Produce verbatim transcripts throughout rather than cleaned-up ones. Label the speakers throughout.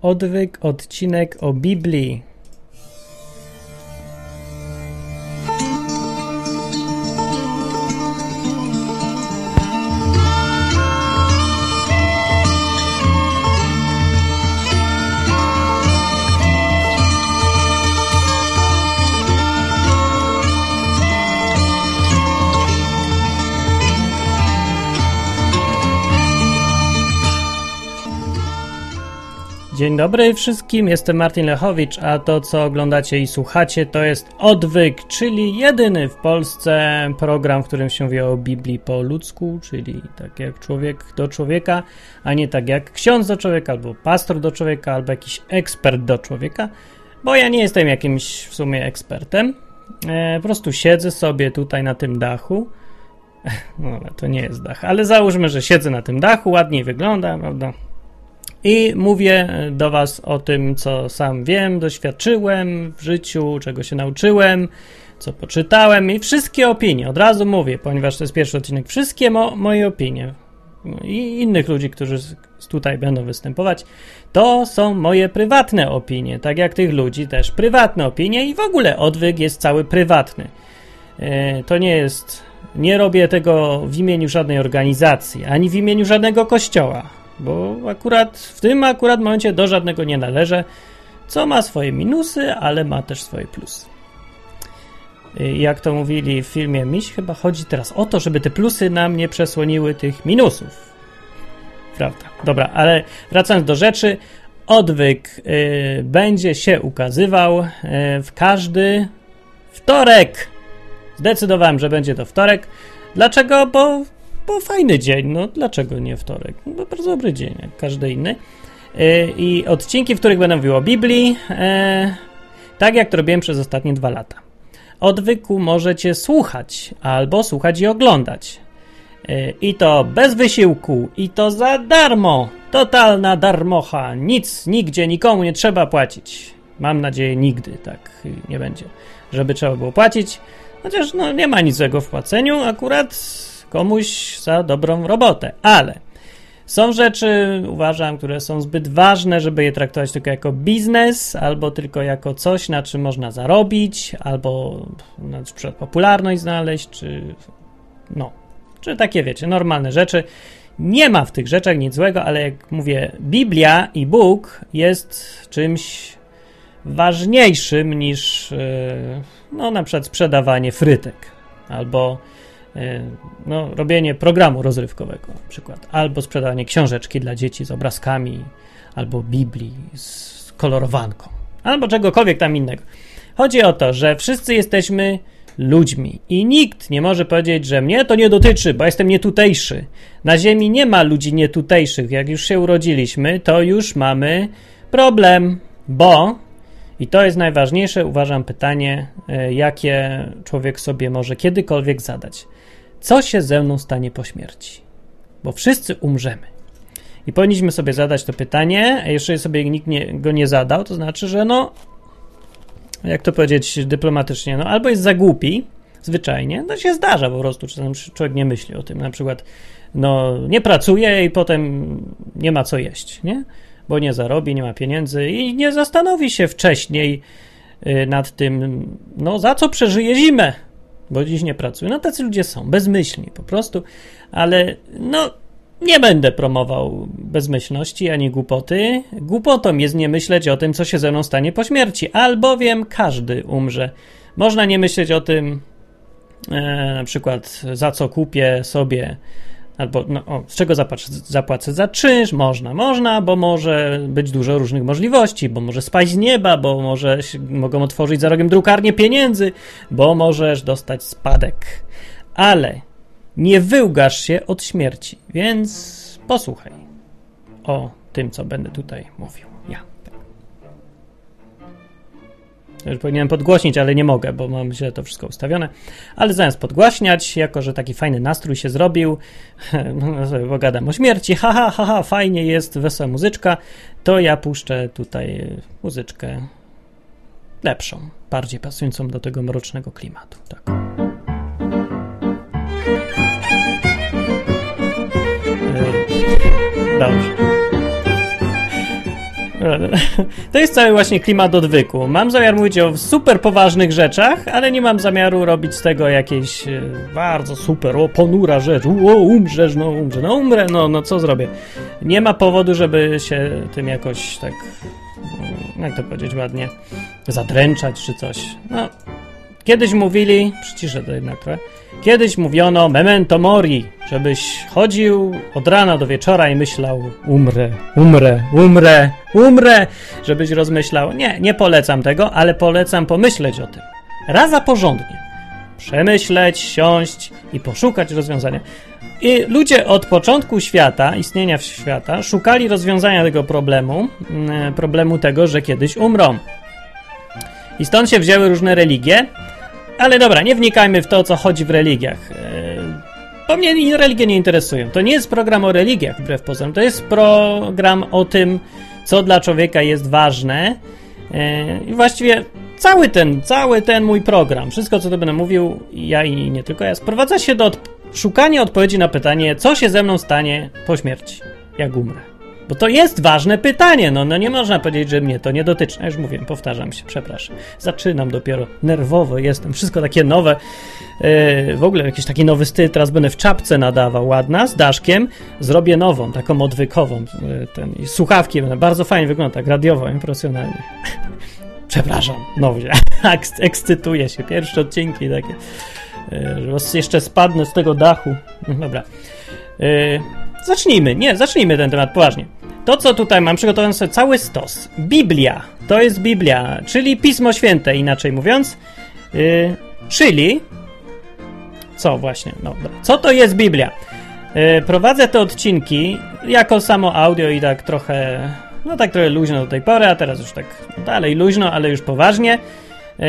Speaker 1: Odwyk, odcinek o Biblii. Dzień dobry wszystkim, jestem Martin Lechowicz, a to co oglądacie i słuchacie to jest Odwyk, czyli jedyny w Polsce program, w którym się mówi o Biblii po ludzku, czyli tak jak człowiek do człowieka, a nie tak jak ksiądz do człowieka, albo pastor do człowieka, albo jakiś ekspert do człowieka, bo ja nie jestem jakimś w sumie ekspertem, e, po prostu siedzę sobie tutaj na tym dachu, no to nie jest dach, ale załóżmy, że siedzę na tym dachu, ładniej wygląda, prawda? I mówię do was o tym, co sam wiem, doświadczyłem w życiu, czego się nauczyłem, co poczytałem i wszystkie opinie. Od razu mówię, ponieważ to jest pierwszy odcinek, wszystkie mo- moje opinie i innych ludzi, którzy tutaj będą występować, to są moje prywatne opinie, tak jak tych ludzi też prywatne opinie i w ogóle Odwyk jest cały prywatny. Yy, to nie jest, nie robię tego w imieniu żadnej organizacji, ani w imieniu żadnego kościoła. Bo akurat w tym akurat momencie do żadnego nie należę, co ma swoje minusy, ale ma też swoje plusy. Jak to mówili w filmie Miś, chyba chodzi teraz o to, żeby te plusy nam nie przesłoniły tych minusów. Prawda? Dobra, ale wracając do rzeczy, Odwyk y, będzie się ukazywał y, w każdy wtorek. Zdecydowałem, że będzie to wtorek. Dlaczego? Bo Bo fajny dzień, no dlaczego nie wtorek? No bardzo dobry dzień, jak każdy inny. Yy, I odcinki, w których będę mówił o Biblii, yy, tak jak to robiłem przez ostatnie dwa lata. Odwyku możecie słuchać, albo słuchać i oglądać. Yy, I to bez wysiłku, i to za darmo. Totalna darmocha. Nic, nigdzie, nikomu nie trzeba płacić. Mam nadzieję, nigdy tak nie będzie, żeby trzeba było płacić. Chociaż no, nie ma nic złego w płaceniu, akurat komuś za dobrą robotę, ale są rzeczy, uważam, które są zbyt ważne, żeby je traktować tylko jako biznes, albo tylko jako coś, na czym można zarobić, albo na przykład popularność znaleźć, czy no, czy takie wiecie, normalne rzeczy. Nie ma w tych rzeczach nic złego, ale jak mówię, Biblia i Bóg jest czymś ważniejszym niż no na przykład sprzedawanie frytek, albo no, robienie programu rozrywkowego na przykład, albo sprzedawanie książeczki dla dzieci z obrazkami, albo Biblii z kolorowanką, albo czegokolwiek tam innego. Chodzi o to, że wszyscy jesteśmy ludźmi i nikt nie może powiedzieć, że mnie to nie dotyczy, bo jestem nietutejszy. Na ziemi nie ma ludzi nietutejszych. Jak już się urodziliśmy, to już mamy problem, bo i to jest najważniejsze, uważam, pytanie, jakie człowiek sobie może kiedykolwiek zadać. Co się ze mną stanie po śmierci? Bo wszyscy umrzemy. I powinniśmy sobie zadać to pytanie, a jeszcze sobie nikt nie, go nie zadał, to znaczy, że no, jak to powiedzieć dyplomatycznie, no albo jest za głupi, zwyczajnie, no się zdarza po prostu, czasem człowiek nie myśli o tym, na przykład, no nie pracuje i potem nie ma co jeść, nie? Bo nie zarobi, nie ma pieniędzy i nie zastanowi się wcześniej y, nad tym, no za co przeżyje zimę, bo dziś nie pracuje. No tacy ludzie są, bezmyślni po prostu, ale no nie będę promował bezmyślności ani głupoty. Głupotą jest nie myśleć o tym, co się ze mną stanie po śmierci, albowiem każdy umrze. Można nie myśleć o tym, e, na przykład za co kupię sobie albo no, o, z czego zapłacę, zapłacę za czynsz, można, można, bo może być dużo różnych możliwości, bo może spaść z nieba, bo może się, mogą otworzyć za rogiem drukarnię pieniędzy, bo możesz dostać spadek. Ale nie wyłgasz się od śmierci, więc posłuchaj o tym, co będę tutaj mówił. Ja. Już powinienem podgłośnić, ale nie mogę, bo mam źle to wszystko ustawione. Ale zamiast podgłaśniać, jako że taki fajny nastrój się zrobił, no sobie pogadam o śmierci, haha, haha, ha, fajnie jest, wesoła muzyczka, to ja puszczę tutaj muzyczkę lepszą, bardziej pasującą do tego mrocznego klimatu. Tak. Dobrze. To jest cały właśnie klimat odwyku. Mam zamiar mówić o super poważnych rzeczach, ale nie mam zamiaru robić z tego jakiejś bardzo super, o ponura rzecz, o umrzesz, no umrze, no umrę, no, no co zrobię. Nie ma powodu, żeby się tym jakoś tak, jak to powiedzieć ładnie, zadręczać czy coś. No, kiedyś mówili, przyciszę to jednak trochę, kiedyś mówiono memento mori, żebyś chodził od rana do wieczora i myślał umrę, umrę, umrę, umrę, żebyś rozmyślał. Nie, nie polecam tego, ale polecam pomyśleć o tym. Raz a porządnie. Przemyśleć, siąść i poszukać rozwiązania. I ludzie od początku świata, istnienia świata, szukali rozwiązania tego problemu, problemu tego, że kiedyś umrą. I stąd się wzięły różne religie. Ale dobra, nie wnikajmy w to, o co chodzi w religiach. Bo mnie religie nie interesują. To nie jest program o religiach, wbrew pozorom. To jest program o tym, co dla człowieka jest ważne. I właściwie cały ten, cały ten mój program, wszystko, co tu będę mówił, ja i nie tylko ja, sprowadza się do od... szukania odpowiedzi na pytanie, co się ze mną stanie po śmierci, jak umrę. Bo to jest ważne pytanie, no, no nie można powiedzieć, że mnie to nie dotyczy. Ja już mówiłem, powtarzam się, przepraszam. Zaczynam dopiero, nerwowo jestem, wszystko takie nowe. Yy, w ogóle jakiś taki nowy styl, teraz będę w czapce nadawał, ładna, z daszkiem. Zrobię nową, taką odwykową. Yy, ten, i słuchawki będą, bardzo fajnie wygląda, tak radiowo, impresjonalnie. Przepraszam, no ekscytuję się, pierwsze odcinki takie. Yy, że jeszcze spadnę z tego dachu. Dobra. Yy, zacznijmy, nie, zacznijmy ten temat poważnie. To, co tutaj mam, przygotowałem sobie cały stos. Biblia, to jest Biblia, czyli Pismo Święte, inaczej mówiąc. Yy, czyli... Co właśnie? No, co to jest Biblia? Yy, prowadzę te odcinki jako samo audio i tak trochę... No tak trochę luźno do tej pory, a teraz już tak dalej luźno, ale już poważnie. Yy,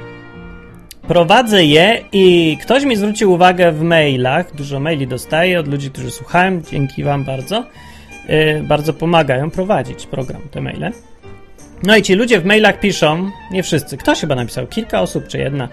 Speaker 1: prowadzę je i ktoś mi zwrócił uwagę w mailach, dużo maili dostaję od ludzi, którzy słuchają, dzięki wam bardzo. Yy, bardzo pomagają prowadzić program, te maile. No i ci ludzie w mailach piszą, nie wszyscy, ktoś chyba napisał, kilka osób czy jedna,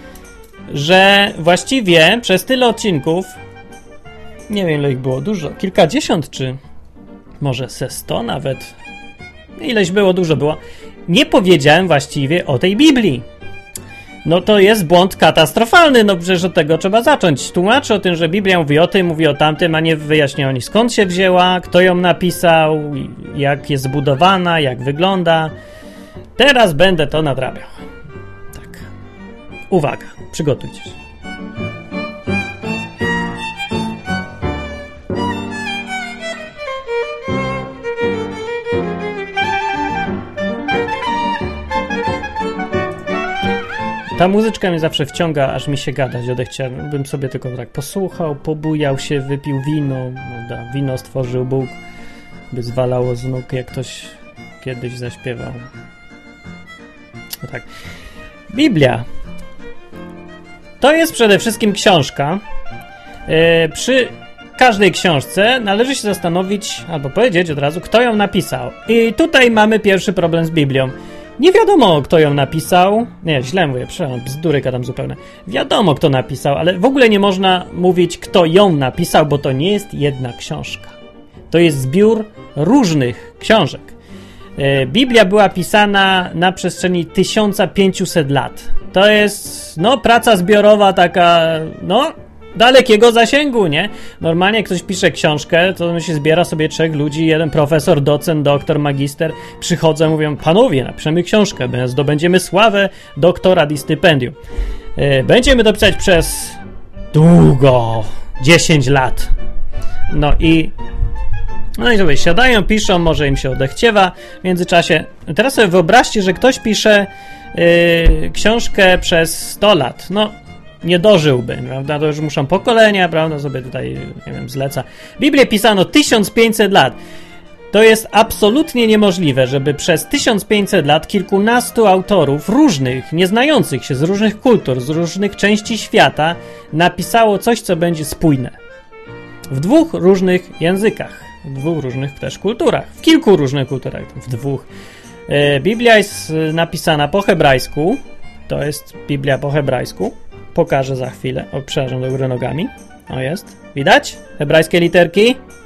Speaker 1: że właściwie przez tyle odcinków, nie wiem ile ich było, dużo, kilkadziesiąt czy może ze sto nawet, ileś było, dużo było, nie powiedziałem właściwie o tej Biblii. No to jest błąd katastrofalny, no przecież od tego trzeba zacząć. Tłumaczę o tym, że Biblia mówi o tym, mówi o tamtym, a nie wyjaśnia oni skąd się wzięła, kto ją napisał, jak jest zbudowana, jak wygląda. Teraz będę to nadrabiał. Tak. Uwaga, przygotujcie się. Ta muzyczka mnie zawsze wciąga, aż mi się gadać odechciałem. Bym sobie tylko tak posłuchał, pobujał się, wypił wino. No da, wino stworzył Bóg, by zwalało z nóg, jak ktoś kiedyś zaśpiewał. No tak. Biblia to jest przede wszystkim książka. Yy, przy każdej książce należy się zastanowić, albo powiedzieć od razu, kto ją napisał. I tutaj mamy pierwszy problem z Biblią. Nie wiadomo, kto ją napisał. Nie, źle mówię, przepraszam, bzdury gadam zupełnie. Wiadomo, kto napisał, ale w ogóle nie można mówić, kto ją napisał, bo to nie jest jedna książka. To jest zbiór różnych książek. Biblia była pisana na przestrzeni tysiąc pięćset lat. To jest, no, praca zbiorowa taka, no, dalekiego zasięgu, nie? Normalnie jak ktoś pisze książkę, to się zbiera sobie trzech ludzi, jeden profesor, docent, doktor, magister, przychodzą i mówią, panowie, napiszemy książkę, zdobędziemy sławę, doktorat i stypendium. Będziemy to pisać przez długo, dziesięć lat. No i no i sobie siadają, piszą, może im się odechciewa w międzyczasie. Teraz sobie wyobraźcie, że ktoś pisze yy, książkę przez sto lat. No, nie dożyłby, prawda? To już muszą pokolenia, prawda? Sobie tutaj, nie wiem, zleca. Biblię pisano tysiąc pięćset lat. To jest absolutnie niemożliwe, żeby przez tysiąc pięćset lat kilkunastu autorów różnych, nieznających się z różnych kultur, z różnych części świata napisało coś, co będzie spójne. W dwóch różnych językach, w dwóch różnych też kulturach, w kilku różnych kulturach, w dwóch. Biblia jest napisana po hebrajsku, to jest Biblia po hebrajsku. Pokażę za chwilę. O, przepraszam, do góry nogami. O, jest. Widać? Hebrajskie literki.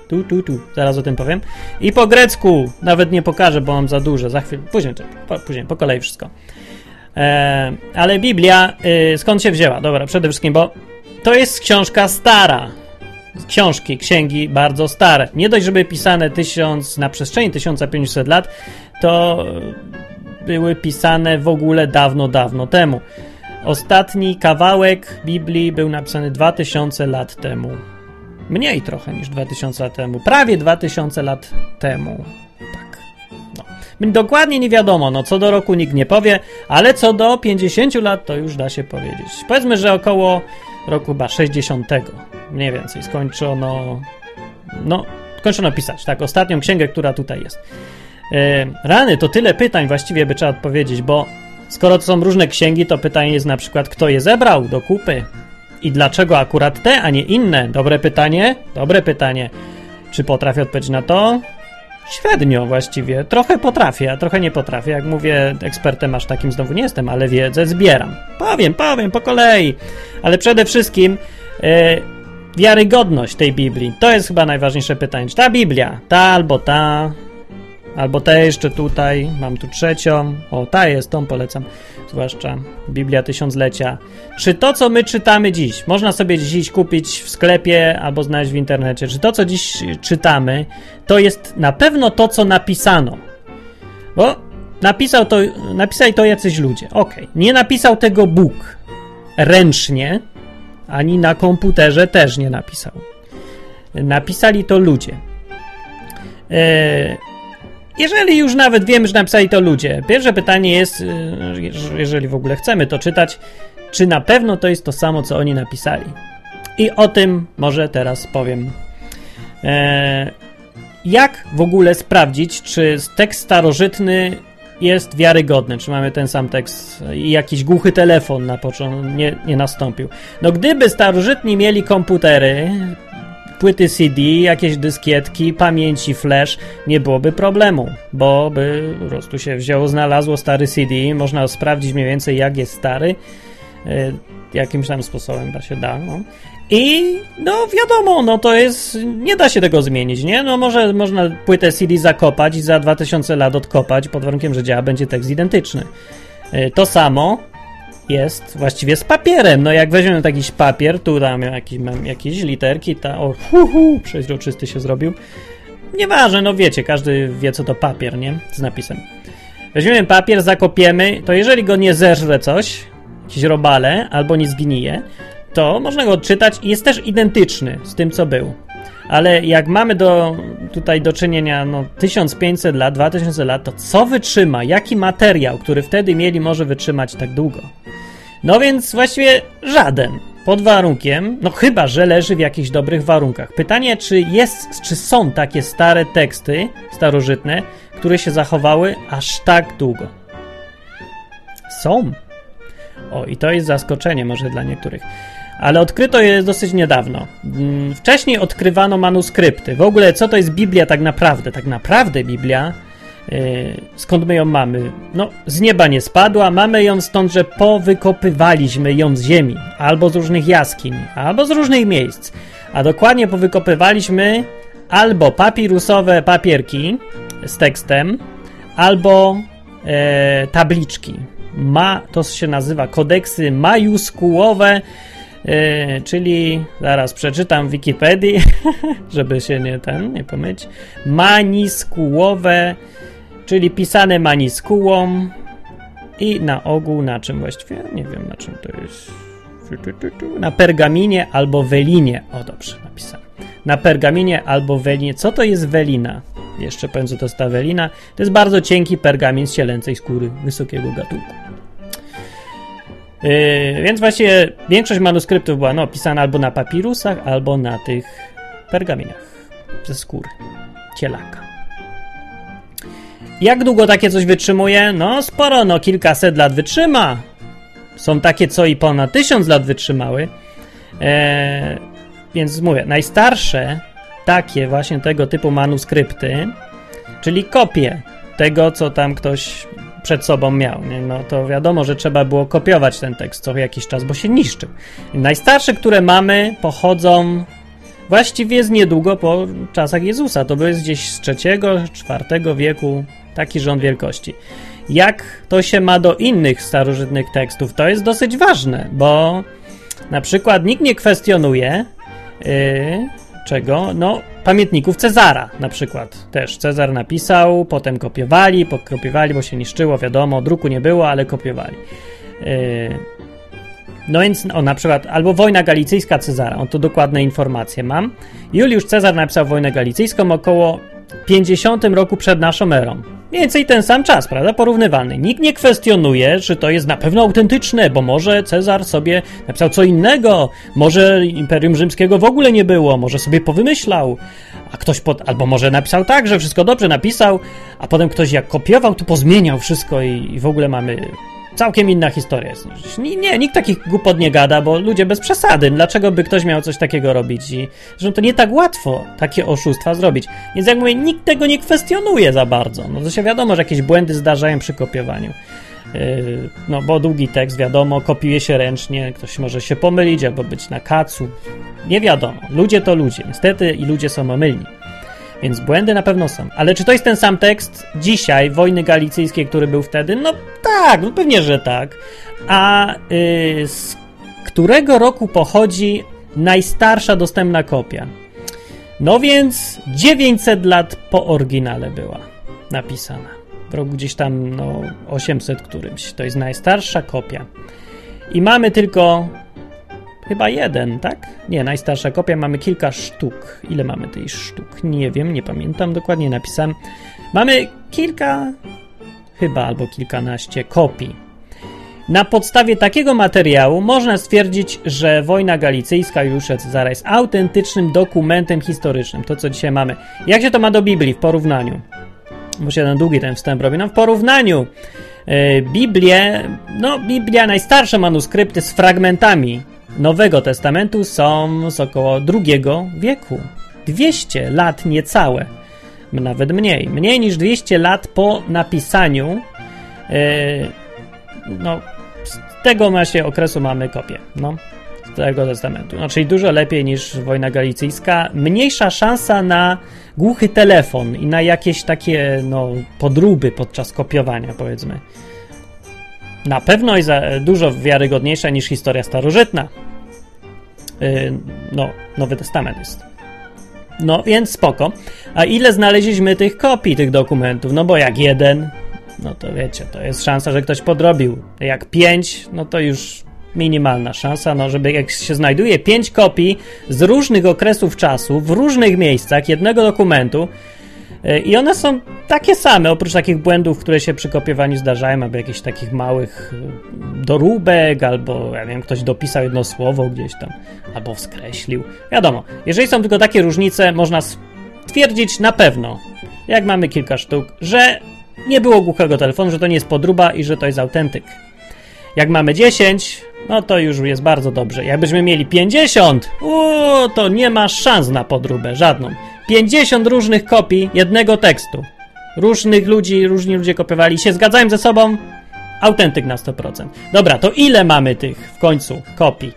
Speaker 1: Tu, tu, tu. Zaraz o tym powiem. I po grecku. Nawet nie pokażę, bo mam za dużo. Za chwilę. Później, po, później po kolei wszystko. E, ale Biblia, y, skąd się wzięła? Dobra, przede wszystkim, bo to jest książka stara. Książki, księgi bardzo stare. Nie dość, żeby pisane tysiąc, na przestrzeni tysiąc pięćset lat, to były pisane w ogóle dawno, dawno temu. Ostatni kawałek Biblii był napisany dwa tysiące lat temu. Mniej trochę niż dwa tysiące lat temu. Prawie dwa tysiące lat temu. Tak. No. Dokładnie nie wiadomo, no co do roku nikt nie powie, ale co do pięćdziesięciu lat to już da się powiedzieć. Powiedzmy, że około roku chyba sześćdziesiątego. Mniej więcej skończono... No, skończono pisać, tak, ostatnią księgę, która tutaj jest. Yy, rany, to tyle pytań właściwie by trzeba odpowiedzieć, bo skoro to są różne księgi, to pytanie jest na przykład, kto je zebrał do kupy i dlaczego akurat te, a nie inne? Dobre pytanie? Dobre pytanie. Czy potrafię odpowiedzieć na to? Średnio właściwie. Trochę potrafię, a trochę nie potrafię. Jak mówię, ekspertem aż takim znowu nie jestem, ale wiedzę zbieram. Powiem, powiem, po kolei. Ale przede wszystkim yy, wiarygodność tej Biblii. To jest chyba najważniejsze pytanie. Czy ta Biblia, ta albo ta... Albo te jeszcze tutaj, mam tu trzecią. O, ta jest, tą polecam. Zwłaszcza Biblia Tysiąclecia. Czy to, co my czytamy dziś, można sobie dziś kupić w sklepie albo znaleźć w internecie, czy to, co dziś czytamy, to jest na pewno to, co napisano. Bo napisał to, napisali to jacyś ludzie. Okej. Okay. Nie napisał tego Bóg ręcznie, ani na komputerze też nie napisał. Napisali to ludzie. Eee... Jeżeli już nawet wiemy, że napisali to ludzie, pierwsze pytanie jest, jeżeli w ogóle chcemy to czytać, czy na pewno to jest to samo, co oni napisali. I o tym może teraz powiem. Eee, jak w ogóle sprawdzić, czy tekst starożytny jest wiarygodny, czy mamy ten sam tekst i jakiś głuchy telefon na początku nie, nie nastąpił. No gdyby starożytni mieli komputery, płyty C D, jakieś dyskietki, pamięci flash, nie byłoby problemu, bo by po prostu się wzięło, znalazło stary C D, można sprawdzić mniej więcej jak jest stary, yy, jakimś tam sposobem da się da, no. I no wiadomo, no to jest, nie da się tego zmienić, nie? No może można płytę C D zakopać i za dwa tysiące lat odkopać, pod warunkiem, że działa, będzie tekst identyczny. Yy, to samo jest właściwie z papierem. No jak weźmiemy jakiś papier, tu tam jakieś, mam jakieś literki, ta, o, hu, hu, przeźroczysty się zrobił. Nieważne, no wiecie, każdy wie, co to papier, nie? Z napisem. Weźmiemy papier, zakopiemy, to jeżeli go nie zeżre coś, jakieś robale, albo nie zgnije, to można go odczytać i jest też identyczny z tym, co był. Ale jak mamy do, tutaj do czynienia no, tysiąc pięćset lat, dwa tysiące lat, to co wytrzyma? Jaki materiał, który wtedy mieli, może wytrzymać tak długo? No więc właściwie żaden. Pod warunkiem, no chyba, że leży w jakichś dobrych warunkach. Pytanie, czy jest, czy są takie stare teksty starożytne, które się zachowały aż tak długo? Są. O, i to jest zaskoczenie może dla niektórych. Ale odkryto je dosyć niedawno. Wcześniej odkrywano manuskrypty. W ogóle, co to jest Biblia tak naprawdę? Tak naprawdę Biblia, yy, skąd my ją mamy? No, z nieba nie spadła, mamy ją stąd, że powykopywaliśmy ją z ziemi, albo z różnych jaskiń, albo z różnych miejsc. A dokładnie powykopywaliśmy albo papirusowe papierki z tekstem, albo yy, tabliczki. Ma, to się nazywa kodeksy majuskułowe, Yy, czyli zaraz przeczytam w Wikipedii, żeby się nie ten, nie pomylić. Maniskułowe, czyli pisane maniskułą i na ogół na czym właściwie? Nie wiem na czym to jest. Na pergaminie albo welinie. O, dobrze, napisałem. Na pergaminie albo welinie. Co to jest welina? Jeszcze powiem, co to jest ta welina. To jest bardzo cienki pergamin z cielęcej skóry wysokiego gatunku. Yy, więc właściwie większość manuskryptów była no, pisana albo na papirusach, albo na tych pergaminach ze skóry cielaka. Jak długo takie coś wytrzymuje? No sporo, no kilkaset lat wytrzyma. Są takie, co i ponad tysiąc lat wytrzymały. Eee, więc mówię, najstarsze takie właśnie tego typu manuskrypty, czyli kopie tego, co tam ktoś przed sobą miał, nie? No to wiadomo, że trzeba było kopiować ten tekst co jakiś czas, bo się niszczył. I najstarsze, które mamy, pochodzą właściwie jest niedługo po czasach Jezusa. To jest gdzieś z trzeciego, czwartego wieku, taki rząd wielkości. Jak to się ma do innych starożytnych tekstów? To jest dosyć ważne, bo na przykład nikt nie kwestionuje yy, czego? No, pamiętników Cezara na przykład. Też Cezar napisał, potem kopiowali, pokopiowali, bo się niszczyło, wiadomo, druku nie było, ale kopiowali. Yy, no więc, o na przykład, albo wojna galicyjska Cezara, on tu dokładne informacje mam. Juliusz Cezar napisał wojnę galicyjską około pięćdziesiątym roku przed naszą erą. Mniej więcej ten sam czas, prawda? Porównywalny. Nikt nie kwestionuje, że to jest na pewno autentyczne, bo może Cezar sobie napisał co innego, może Imperium Rzymskiego w ogóle nie było, może sobie powymyślał, a ktoś pod... albo może napisał tak, że wszystko dobrze napisał, a potem ktoś jak kopiował, to pozmieniał wszystko i, i w ogóle mamy... Całkiem inna historia jest. Nie, nie, nikt takich głupot nie gada, bo ludzie bez przesady. Dlaczego by ktoś miał coś takiego robić? I że to nie tak łatwo takie oszustwa zrobić. Więc jak mówię, nikt tego nie kwestionuje za bardzo. No to się wiadomo, że jakieś błędy zdarzają przy kopiowaniu. Yy, no bo długi tekst, wiadomo, kopiuje się ręcznie, ktoś może się pomylić albo być na kacu. Nie wiadomo. Ludzie to ludzie. Niestety i ludzie są omylni. Więc błędy na pewno są. Ale czy to jest ten sam tekst dzisiaj, wojny galicyjskiej, który był wtedy? No tak, no pewnie, że tak. A yy, z którego roku pochodzi najstarsza dostępna kopia? No więc dziewięćset lat po oryginale była napisana. W roku gdzieś tam, no, osiemset którymś. To jest najstarsza kopia. I mamy tylko... Chyba jeden, tak? Nie, najstarsza kopia, mamy kilka sztuk. Ile mamy tych sztuk? Nie wiem, nie pamiętam, dokładnie napisałem. Mamy kilka, chyba albo kilkanaście kopii. Na podstawie takiego materiału można stwierdzić, że wojna galicyjska Juliusza Cezara jest autentycznym dokumentem historycznym. To, co dzisiaj mamy. Jak się to ma do Biblii w porównaniu? Bo się ten długi ten wstęp robi. No w porównaniu yy, Biblię, no Biblia, najstarsze manuskrypty z fragmentami Nowego Testamentu są z około drugiego wieku. dwieście lat niecałe. Nawet mniej. Mniej niż dwieście lat po napisaniu yy, no, z tego właśnie okresu mamy kopię. No, z tego Testamentu. No, czyli dużo lepiej niż wojna galicyjska. Mniejsza szansa na głuchy telefon i na jakieś takie no, podróby podczas kopiowania, powiedzmy. Na pewno jest dużo wiarygodniejsza niż historia starożytna. Yy, no, Nowy Testament jest. No, więc spoko. A ile znaleźliśmy tych kopii, tych dokumentów? No bo jak jeden, no to wiecie, to jest szansa, że ktoś podrobił. Jak pięć, no to już minimalna szansa, no żeby jak się znajduje pięć kopii z różnych okresów czasu, w różnych miejscach jednego dokumentu, i one są takie same, oprócz takich błędów, które się przy kopiowaniu zdarzają, albo jakichś takich małych doróbek, albo, ja wiem, ktoś dopisał jedno słowo gdzieś tam, albo skreślił. Wiadomo, jeżeli są tylko takie różnice, można stwierdzić na pewno, jak mamy kilka sztuk, że nie było głuchego telefonu, że to nie jest podróba i że to jest autentyk. Jak mamy dziesięć, no to już jest bardzo dobrze. Jakbyśmy mieli pięćdziesiąt, o, to nie ma szans na podróbę, żadną. pięćdziesiąt różnych kopii jednego tekstu. Różnych ludzi, różni ludzie kopiowali, się zgadzają ze sobą, autentyk na sto procent. Dobra, to ile mamy tych w końcu kopii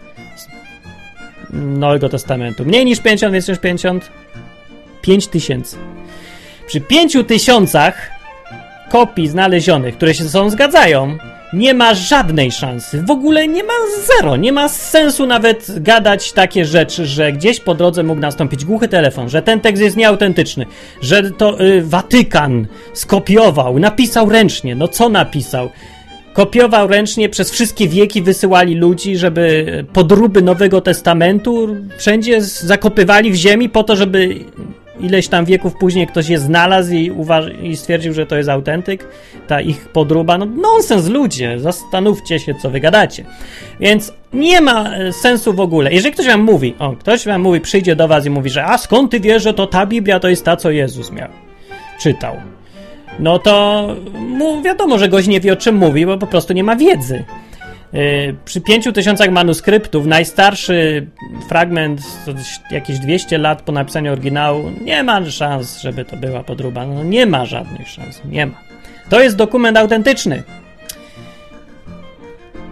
Speaker 1: Nowego Testamentu? Mniej niż pięćdziesiąt, więcej niż pięćdziesiąt? pięć tysięcy. Przy pięciu tysiącach kopii znalezionych, które się ze sobą zgadzają, nie ma żadnej szansy. W ogóle nie ma zero. Nie ma sensu nawet gadać takie rzeczy, że gdzieś po drodze mógł nastąpić głuchy telefon, że ten tekst jest nieautentyczny, że to y, Watykan skopiował, napisał ręcznie. No co napisał? Kopiował ręcznie, przez wszystkie wieki wysyłali ludzi, żeby podróby Nowego Testamentu wszędzie zakopywali w ziemi po to, żeby ileś tam wieków później ktoś je znalazł i, uważ- i stwierdził, że to jest autentyk, ta ich podróba. No nonsens, ludzie, zastanówcie się, co wy gadacie. Więc nie ma sensu w ogóle. Jeżeli ktoś wam mówi, o, ktoś wam mówi, przyjdzie do was i mówi, że a skąd ty wiesz, że to ta Biblia to jest ta, co Jezus miał, czytał, no to mu wiadomo, że goś nie wie, o czym mówi, bo po prostu nie ma wiedzy. Yy, przy pięciu tysiącach manuskryptów najstarszy fragment jakieś dwieście lat po napisaniu oryginału, nie ma szans, żeby to była podróba. No nie ma żadnych szans, nie ma. To jest dokument autentyczny.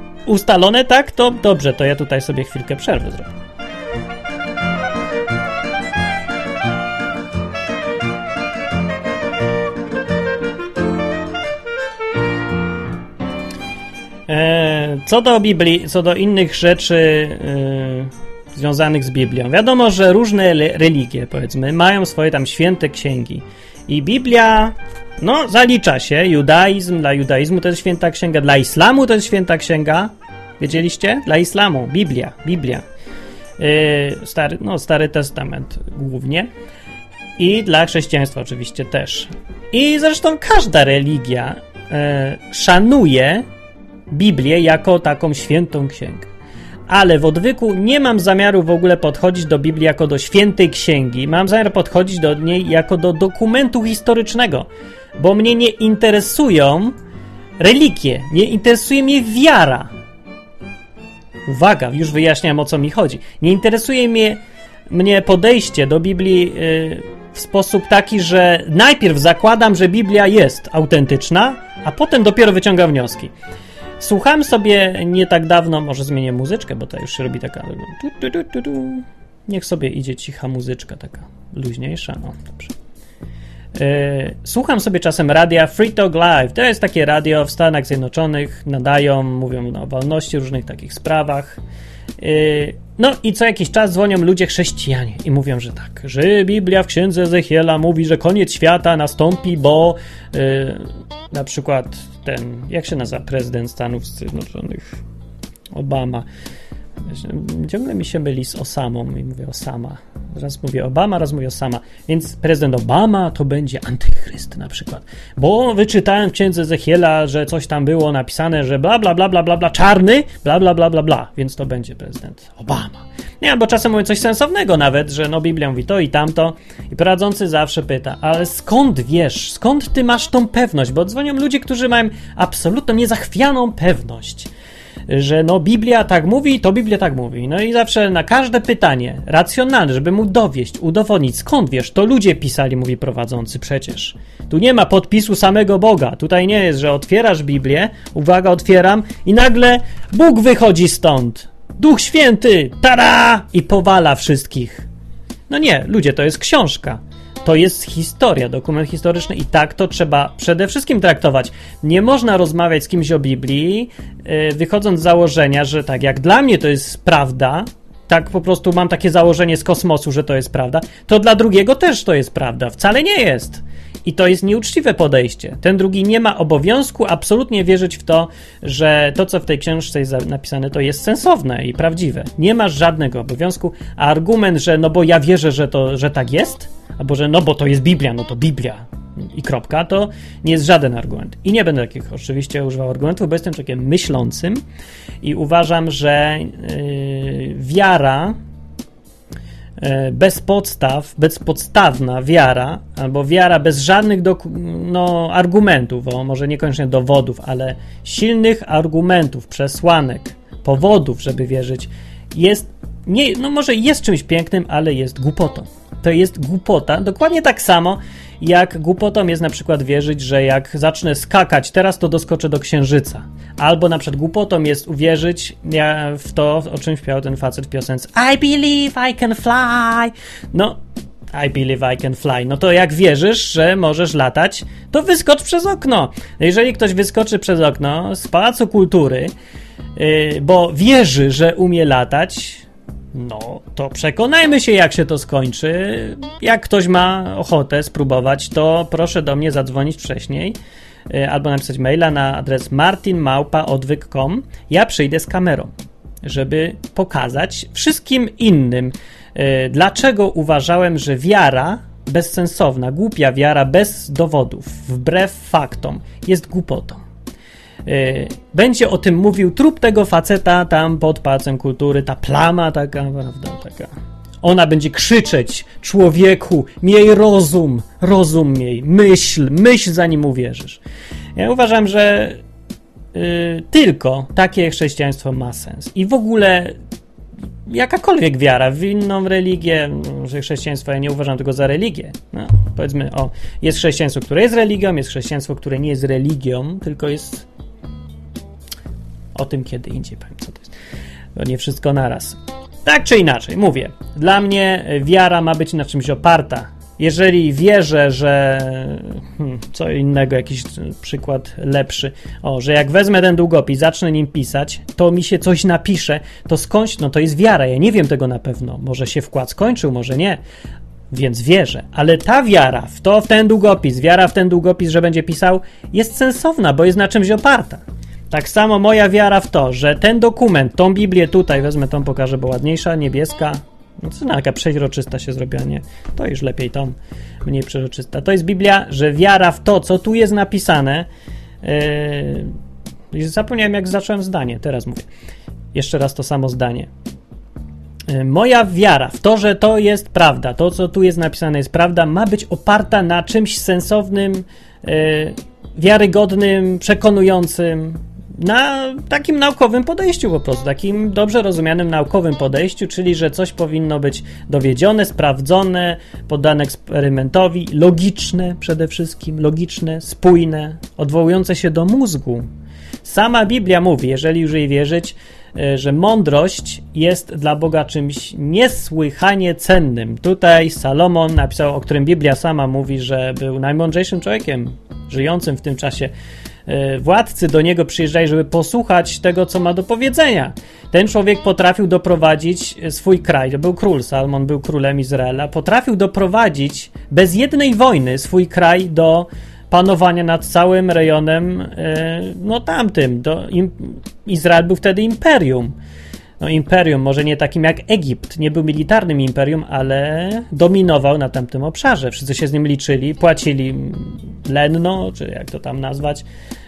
Speaker 1: Ustalone tak? To dobrze, to ja tutaj sobie chwilkę przerwy zrobię. E, co do Biblii, co do innych rzeczy e, związanych z Biblią. Wiadomo, że różne religie, powiedzmy, mają swoje tam święte księgi. I Biblia, no, zalicza się. Judaizm, dla judaizmu to jest święta księga, dla islamu to jest święta księga. Wiedzieliście? Dla islamu. Biblia. Biblia. E, stary, no, Stary Testament głównie. I dla chrześcijaństwa oczywiście też. I zresztą każda religia e, szanuje Biblię jako taką świętą księgę. Ale w odwyku nie mam zamiaru w ogóle podchodzić do Biblii jako do świętej księgi. Mam zamiar podchodzić do niej jako do dokumentu historycznego, bo mnie nie interesują religie, nie interesuje mnie wiara. Uwaga, już wyjaśniam, o co mi chodzi. Nie interesuje mnie, mnie podejście do Biblii yy, w sposób taki, że najpierw zakładam, że Biblia jest autentyczna, a potem dopiero wyciągam wnioski. Słuchałem sobie nie tak dawno, może zmienię muzyczkę, bo to już się robi taka... Tu, tu, tu, tu. Niech sobie idzie cicha muzyczka, taka luźniejsza. No, dobrze. Yy, słucham sobie czasem radia Free Talk Live. To jest takie radio w Stanach Zjednoczonych, nadają, mówią o wolności, różnych takich sprawach. Yy, no i co jakiś czas dzwonią ludzie chrześcijanie i mówią, że tak, że Biblia w księdze Ezechiela mówi, że koniec świata nastąpi, bo yy, na przykład ten, jak się nazywa prezydent Stanów Zjednoczonych? Obama. Ciągle mi się myli z Osamą i mówię Osama. Raz mówię Obama, raz mówię Osama. Więc prezydent Obama to będzie antychryst na przykład. Bo wyczytałem w księdze Ezechiela, że coś tam było napisane, że bla bla bla bla bla bla czarny, bla bla bla bla bla. Więc to będzie prezydent Obama. Nie, bo czasem mówię coś sensownego nawet, że no Biblia mówi to i tamto. I prowadzący zawsze pyta, ale skąd wiesz, skąd ty masz tą pewność? Bo dzwonią ludzie, którzy mają absolutną, niezachwianą pewność, że no Biblia tak mówi, to Biblia tak mówi. No i zawsze na każde pytanie racjonalne, żeby mu dowieść, udowodnić, skąd wiesz, to ludzie pisali, mówi prowadzący przecież. Tu nie ma podpisu samego Boga. Tutaj nie jest, że otwierasz Biblię, uwaga, otwieram i nagle Bóg wychodzi stąd. Duch Święty, tada! I powala wszystkich. No nie, ludzie, to jest książka. To jest historia, dokument historyczny i tak to trzeba przede wszystkim traktować. Nie można rozmawiać z kimś o Biblii, yy, wychodząc z założenia, że tak jak dla mnie to jest prawda, tak po prostu mam takie założenie z kosmosu, że to jest prawda, to dla drugiego też to jest prawda. Wcale nie jest. I to jest nieuczciwe podejście. Ten drugi nie ma obowiązku absolutnie wierzyć w to, że to, co w tej książce jest napisane, to jest sensowne i prawdziwe. Nie masz żadnego obowiązku, a argument, że no bo ja wierzę, że to, że tak jest, albo że no bo to jest Biblia, no to Biblia i kropka, to nie jest żaden argument. I nie będę takich oczywiście używał argumentów, bo jestem człowiekiem myślącym i uważam, że yy, wiara bez podstaw, bezpodstawna wiara, albo wiara bez żadnych doku- no, argumentów, o, może niekoniecznie dowodów, ale silnych argumentów, przesłanek, powodów, żeby wierzyć, jest, nie, no może jest czymś pięknym, ale jest głupotą. To jest głupota, dokładnie tak samo, jak głupotą jest na przykład wierzyć, że jak zacznę skakać teraz, to doskoczę do księżyca. Albo na przykład głupotą jest uwierzyć w to, o czym śpiewał ten facet w piosence I believe I can fly. No, I believe I can fly. No to jak wierzysz, że możesz latać, to wyskocz przez okno. Jeżeli ktoś wyskoczy przez okno z Pałacu Kultury, yy, bo wierzy, że umie latać, no, to przekonajmy się, jak się to skończy. Jak ktoś ma ochotę spróbować, to proszę do mnie zadzwonić wcześniej albo napisać maila na adres martin małpa odwyk kropka com. Ja przyjdę z kamerą, żeby pokazać wszystkim innym, dlaczego uważałem, że wiara bezsensowna, głupia wiara bez dowodów, wbrew faktom, jest głupotą. Będzie o tym mówił trup tego faceta tam pod Pałacem Kultury, ta plama taka, prawda, taka. Ona będzie krzyczeć: człowieku, miej rozum, rozum miej, myśl, myśl zanim uwierzysz. Ja uważam, że yy, tylko takie chrześcijaństwo ma sens. I w ogóle jakakolwiek wiara w inną religię, że chrześcijaństwo, ja nie uważam tego za religię. No, powiedzmy, o, jest chrześcijaństwo, które jest religią, jest chrześcijaństwo, które nie jest religią, tylko jest... O tym kiedy indziej powiem, co to jest. To nie wszystko naraz. Tak czy inaczej, mówię, dla mnie wiara ma być na czymś oparta. jeżeli wierzę, że hmm, co innego, jakiś przykład lepszy, o, że jak wezmę ten długopis, zacznę nim pisać, to mi się coś napisze, to skądś, no to jest wiara, ja nie wiem tego na pewno, może się wkład skończył, może nie, więc wierzę, ale ta wiara w to, w ten długopis, wiara w ten długopis, że będzie pisał, jest sensowna, bo jest na czymś oparta. Tak samo moja wiara w to, że ten dokument, tą Biblię tutaj, wezmę tą, pokażę, bo ładniejsza, niebieska, no co, taka przeźroczysta się zrobiła, nie? To już lepiej tą, mniej przeźroczysta. To jest Biblia, że wiara w to, co tu jest napisane, yy, zapomniałem jak zacząłem zdanie, teraz mówię. Jeszcze raz to samo zdanie. Yy, moja wiara w to, że to jest prawda, to co tu jest napisane jest prawda, ma być oparta na czymś sensownym, yy, wiarygodnym, przekonującym, na takim naukowym podejściu po prostu, takim dobrze rozumianym naukowym podejściu, czyli że coś powinno być dowiedzione, sprawdzone, poddane eksperymentowi, logiczne przede wszystkim, logiczne, spójne, odwołujące się do mózgu. Sama Biblia mówi, jeżeli już jej wierzyć, że mądrość jest dla Boga czymś niesłychanie cennym. Tutaj Salomon napisał, o którym Biblia sama mówi, że był najmądrzejszym człowiekiem żyjącym w tym czasie. Władcy do niego przyjeżdżali, żeby posłuchać tego, co ma do powiedzenia. Ten człowiek potrafił doprowadzić swój kraj, to był król, Salomon był królem Izraela, potrafił doprowadzić bez jednej wojny swój kraj do panowania nad całym rejonem, no tamtym. Do, im, Izrael był wtedy imperium. No imperium, może nie takim jak Egipt, nie był militarnym imperium, ale dominował na tamtym obszarze. Wszyscy się z nim liczyli, płacili lenno, czy jak to tam nazwać,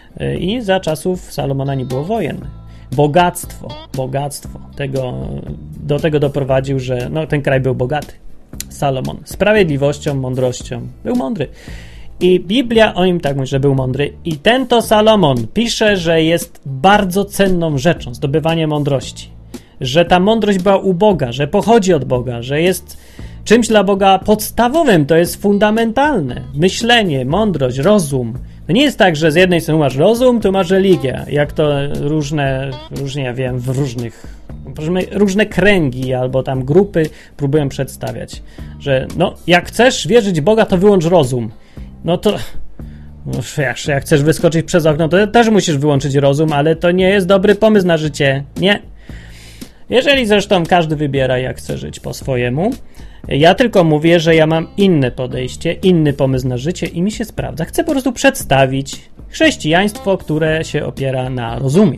Speaker 1: i za czasów Salomona nie było wojen. Bogactwo, bogactwo, tego, do tego doprowadził, że no, ten kraj był bogaty. Salomon, sprawiedliwością, mądrością, był mądry. I Biblia o nim tak mówi, że był mądry. I ten to Salomon pisze, że jest bardzo cenną rzeczą, zdobywanie mądrości. Że ta mądrość była u Boga, że pochodzi od Boga, że jest czymś dla Boga podstawowym, to jest fundamentalne. Myślenie, mądrość, rozum. To nie jest tak, że z jednej strony masz rozum, tu masz religię, jak to różne, różnie ja wiem, w różnych, różne kręgi albo tam grupy próbują przedstawiać, że no, jak chcesz wierzyć w Boga, to wyłącz rozum. No to no, jak, jak chcesz wyskoczyć przez okno, to też musisz wyłączyć rozum, ale to nie jest dobry pomysł na życie. Nie. Jeżeli zresztą każdy wybiera, jak chce żyć po swojemu, ja tylko mówię, że ja mam inne podejście, inny pomysł na życie i mi się sprawdza. Chcę po prostu przedstawić chrześcijaństwo, które się opiera na rozumie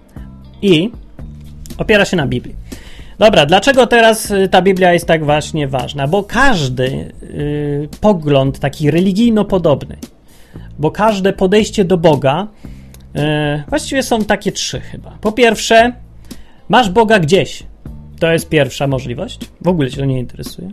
Speaker 1: i opiera się na Biblii. Dobra, dlaczego teraz ta Biblia jest tak właśnie ważna? Bo każdy yy, pogląd taki religijno-podobny, bo każde podejście do Boga, yy, właściwie są takie trzy chyba. Po pierwsze, masz Boga gdzieś. To jest pierwsza możliwość. W ogóle cię to nie interesuje.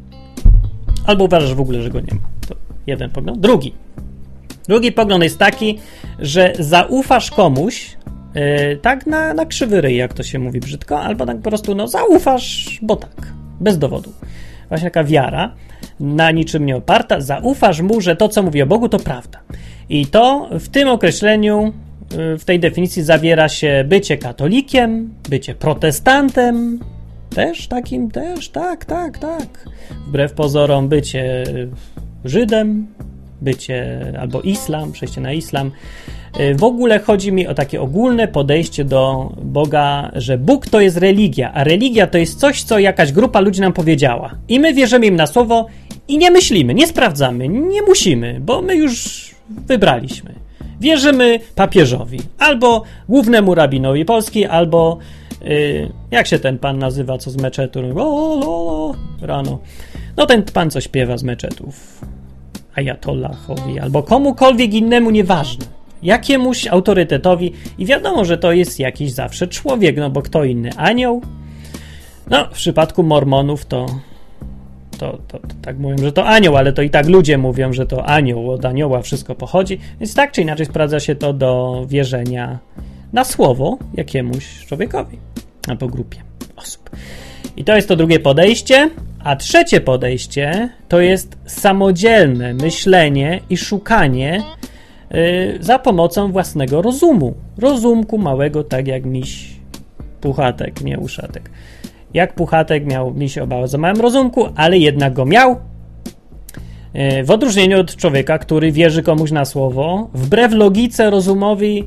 Speaker 1: Albo uważasz w ogóle, że go nie ma. To jeden pogląd. Drugi. Drugi pogląd jest taki, że zaufasz komuś, yy, tak na, na krzywy ryj, jak to się mówi brzydko, albo tak po prostu no zaufasz, bo tak. Bez dowodu. Właśnie taka wiara, na niczym nie oparta. Zaufasz mu, że to, co mówi o Bogu, to prawda. I to w tym określeniu, w tej definicji zawiera się bycie katolikiem, bycie protestantem, też takim, też, tak, tak, tak. Wbrew pozorom bycie Żydem, bycie albo islam, przejście na islam. W ogóle chodzi mi o takie ogólne podejście do Boga, że Bóg to jest religia, a religia to jest coś, co jakaś grupa ludzi nam powiedziała. I my wierzymy im na słowo i nie myślimy, nie sprawdzamy, nie musimy, bo my już wybraliśmy. Wierzymy papieżowi, albo głównemu rabinowi Polski, albo yy, jak się ten pan nazywa, co z meczetu o, o, o, rano. No ten pan, co śpiewa z meczetów. Ajatollahowi, albo komukolwiek innemu, nieważne. Jakiemuś autorytetowi i wiadomo, że to jest jakiś zawsze człowiek, no bo kto inny? Anioł? No, w przypadku mormonów to To, to, to tak mówią, że to anioł, ale to i tak ludzie mówią, że to anioł, od anioła wszystko pochodzi, więc tak czy inaczej sprawdza się to do wierzenia na słowo jakiemuś człowiekowi albo grupie osób. I to jest to drugie podejście, a trzecie podejście to jest samodzielne myślenie i szukanie yy, za pomocą własnego rozumu. Rozumku małego, tak jak miś puchatek, nie uszatek. Jak Puchatek miał, mi się o bardzo małym rozumku, ale jednak go miał. W odróżnieniu od człowieka, który wierzy komuś na słowo, wbrew logice, rozumowi,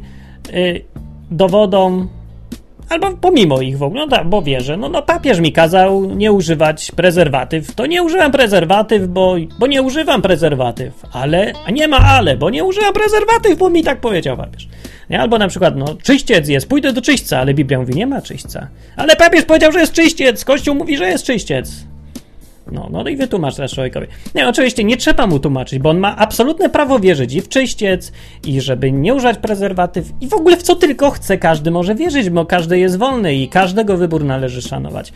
Speaker 1: dowodom, albo pomimo ich w ogóle, no tak, bo wierzę, no, no papież mi kazał nie używać prezerwatyw, to nie używam prezerwatyw, bo, bo nie używam prezerwatyw, ale, a nie ma ale, bo nie używam prezerwatyw, bo mi tak powiedział papież. Nie? Albo na przykład, no, czyściec jest, pójdę do czyśćca, ale Biblia mówi, nie ma czyśćca. Ale papież powiedział, że jest czyściec, Kościół mówi, że jest czyściec. No, no i wytłumacz teraz człowiekowi. Nie, oczywiście nie trzeba mu tłumaczyć, bo on ma absolutne prawo wierzyć i w czyściec, i żeby nie używać prezerwatyw, i w ogóle w co tylko chce, każdy może wierzyć, bo każdy jest wolny i każdego wybór należy szanować.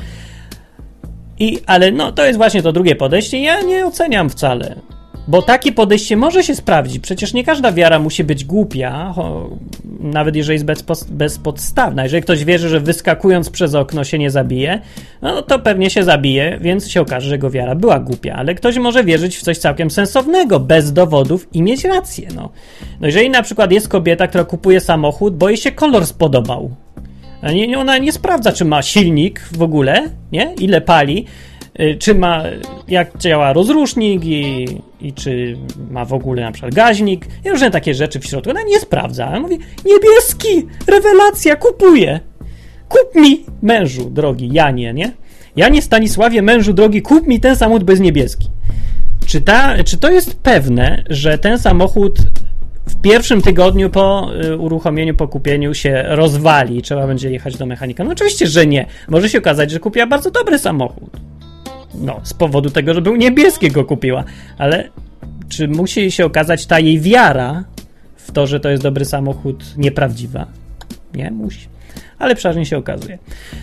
Speaker 1: I, ale no, to jest właśnie to drugie podejście, ja nie oceniam wcale. Bo takie podejście może się sprawdzić. Przecież nie każda wiara musi być głupia, cho, nawet jeżeli jest bezpos- bezpodstawna. Jeżeli ktoś wierzy, że wyskakując przez okno się nie zabije, no to pewnie się zabije, więc się okaże, że jego wiara była głupia. Ale ktoś może wierzyć w coś całkiem sensownego, bez dowodów i mieć rację. No, no jeżeli na przykład jest kobieta, która kupuje samochód, bo jej się kolor spodobał. Nie, ona nie sprawdza, czy ma silnik w ogóle, nie? Ile pali, czy ma, jak działa rozrusznik i, i czy ma w ogóle na przykład gaźnik i różne takie rzeczy w środku. Ona nie sprawdza. Ona mówi, niebieski, rewelacja, kupuję. Kup mi, mężu drogi, Janie, nie? Janie Stanisławie, mężu drogi, kup mi ten samochód, bo jest niebieski. Czy, ta, czy to jest pewne, że ten samochód w pierwszym tygodniu po uruchomieniu, po kupieniu się rozwali i trzeba będzie jechać do mechanika? No oczywiście, że nie. Może się okazać, że kupiła bardzo dobry samochód. No, z powodu tego, że był niebieski, go kupiła. Ale czy musi się okazać ta jej wiara w to, że to jest dobry samochód, nieprawdziwa? Nie, musi. Ale przeważnie się okazuje.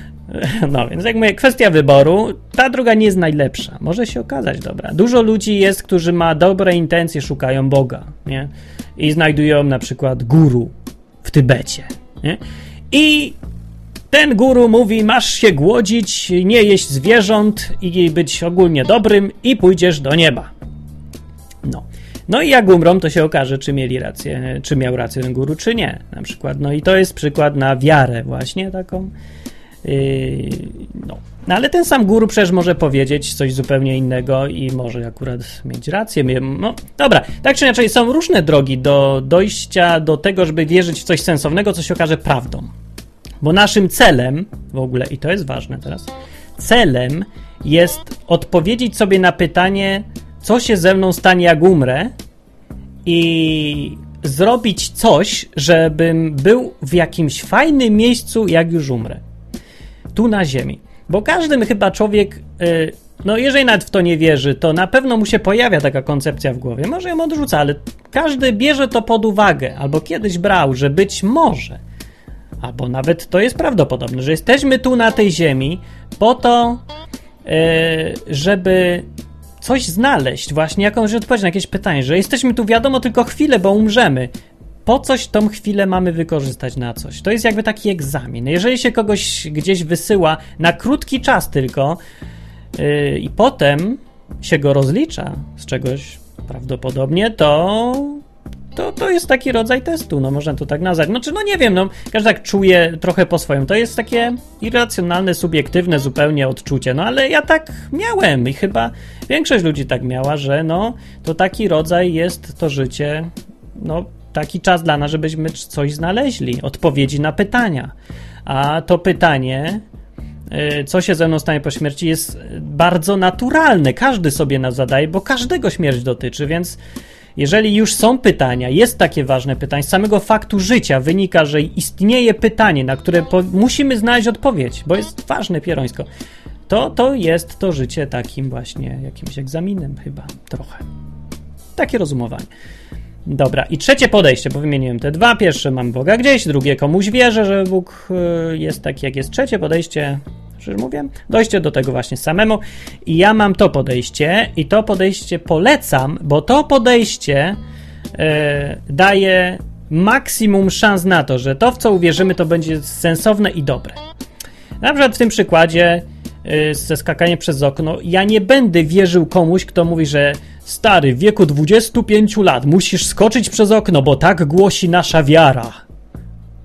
Speaker 1: No, więc jak mówię, kwestia wyboru, ta druga nie jest najlepsza. Może się okazać dobra. Dużo ludzi jest, którzy ma dobre intencje, szukają Boga, nie? I znajdują na przykład guru w Tybecie, nie? I ten guru mówi, masz się głodzić, nie jeść zwierząt i być ogólnie dobrym i pójdziesz do nieba. No. No i jak umrą, to się okaże, czy mieli rację, czy miał rację ten guru, czy nie. Na przykład. No i to jest przykład na wiarę właśnie taką. Yy, no. No ale ten sam guru przecież może powiedzieć coś zupełnie innego i może akurat mieć rację. No dobra, tak czy inaczej są różne drogi do dojścia do tego, żeby wierzyć w coś sensownego, co się okaże prawdą. Bo naszym celem, w ogóle, i to jest ważne teraz, celem jest odpowiedzieć sobie na pytanie, co się ze mną stanie, jak umrę, i zrobić coś, żebym był w jakimś fajnym miejscu, jak już umrę. Tu na ziemi. Bo każdy chyba człowiek, yy, no jeżeli nawet w to nie wierzy, to na pewno mu się pojawia taka koncepcja w głowie. Może ją odrzuca, ale każdy bierze to pod uwagę, albo kiedyś brał, że być może, albo nawet to jest prawdopodobne, że jesteśmy tu na tej ziemi po to, yy, żeby coś znaleźć, właśnie jakąś odpowiedź na jakieś pytanie, że jesteśmy tu wiadomo tylko chwilę, bo umrzemy. Po coś tą chwilę mamy wykorzystać na coś. To jest jakby taki egzamin. Jeżeli się kogoś gdzieś wysyła na krótki czas tylko yy, i potem się go rozlicza z czegoś prawdopodobnie, to To, to jest taki rodzaj testu, no można to tak nazwać. Znaczy, no nie wiem, no każdy tak czuje trochę po swoim. To jest takie irracjonalne, subiektywne zupełnie odczucie, no ale ja tak miałem i chyba większość ludzi tak miała, że no to taki rodzaj jest to życie, no taki czas dla nas, żebyśmy coś znaleźli, odpowiedzi na pytania. A to pytanie, co się ze mną stanie po śmierci, jest bardzo naturalne. Każdy sobie nas zadaje, bo każdego śmierć dotyczy, więc jeżeli już są pytania, jest takie ważne pytanie, z samego faktu życia wynika, że istnieje pytanie, na które po- musimy znaleźć odpowiedź, bo jest ważne pierońsko, to, to jest to życie takim właśnie jakimś egzaminem chyba trochę. Takie rozumowanie. Dobra, i trzecie podejście, bo wymieniłem te dwa. Pierwsze, mam Boga gdzieś, drugie, komuś wierzę, że Bóg jest taki, jak jest. Trzecie podejście, że mówię, dojście do tego właśnie samemu. I ja mam to podejście i to podejście polecam, bo to podejście e, daje maksimum szans na to, że to, w co uwierzymy, to będzie sensowne i dobre. Na przykład w tym przykładzie e, ze skakaniem przez okno, ja nie będę wierzył komuś, kto mówi, że stary, w wieku dwudziestu pięciu lat musisz skoczyć przez okno, bo tak głosi nasza wiara.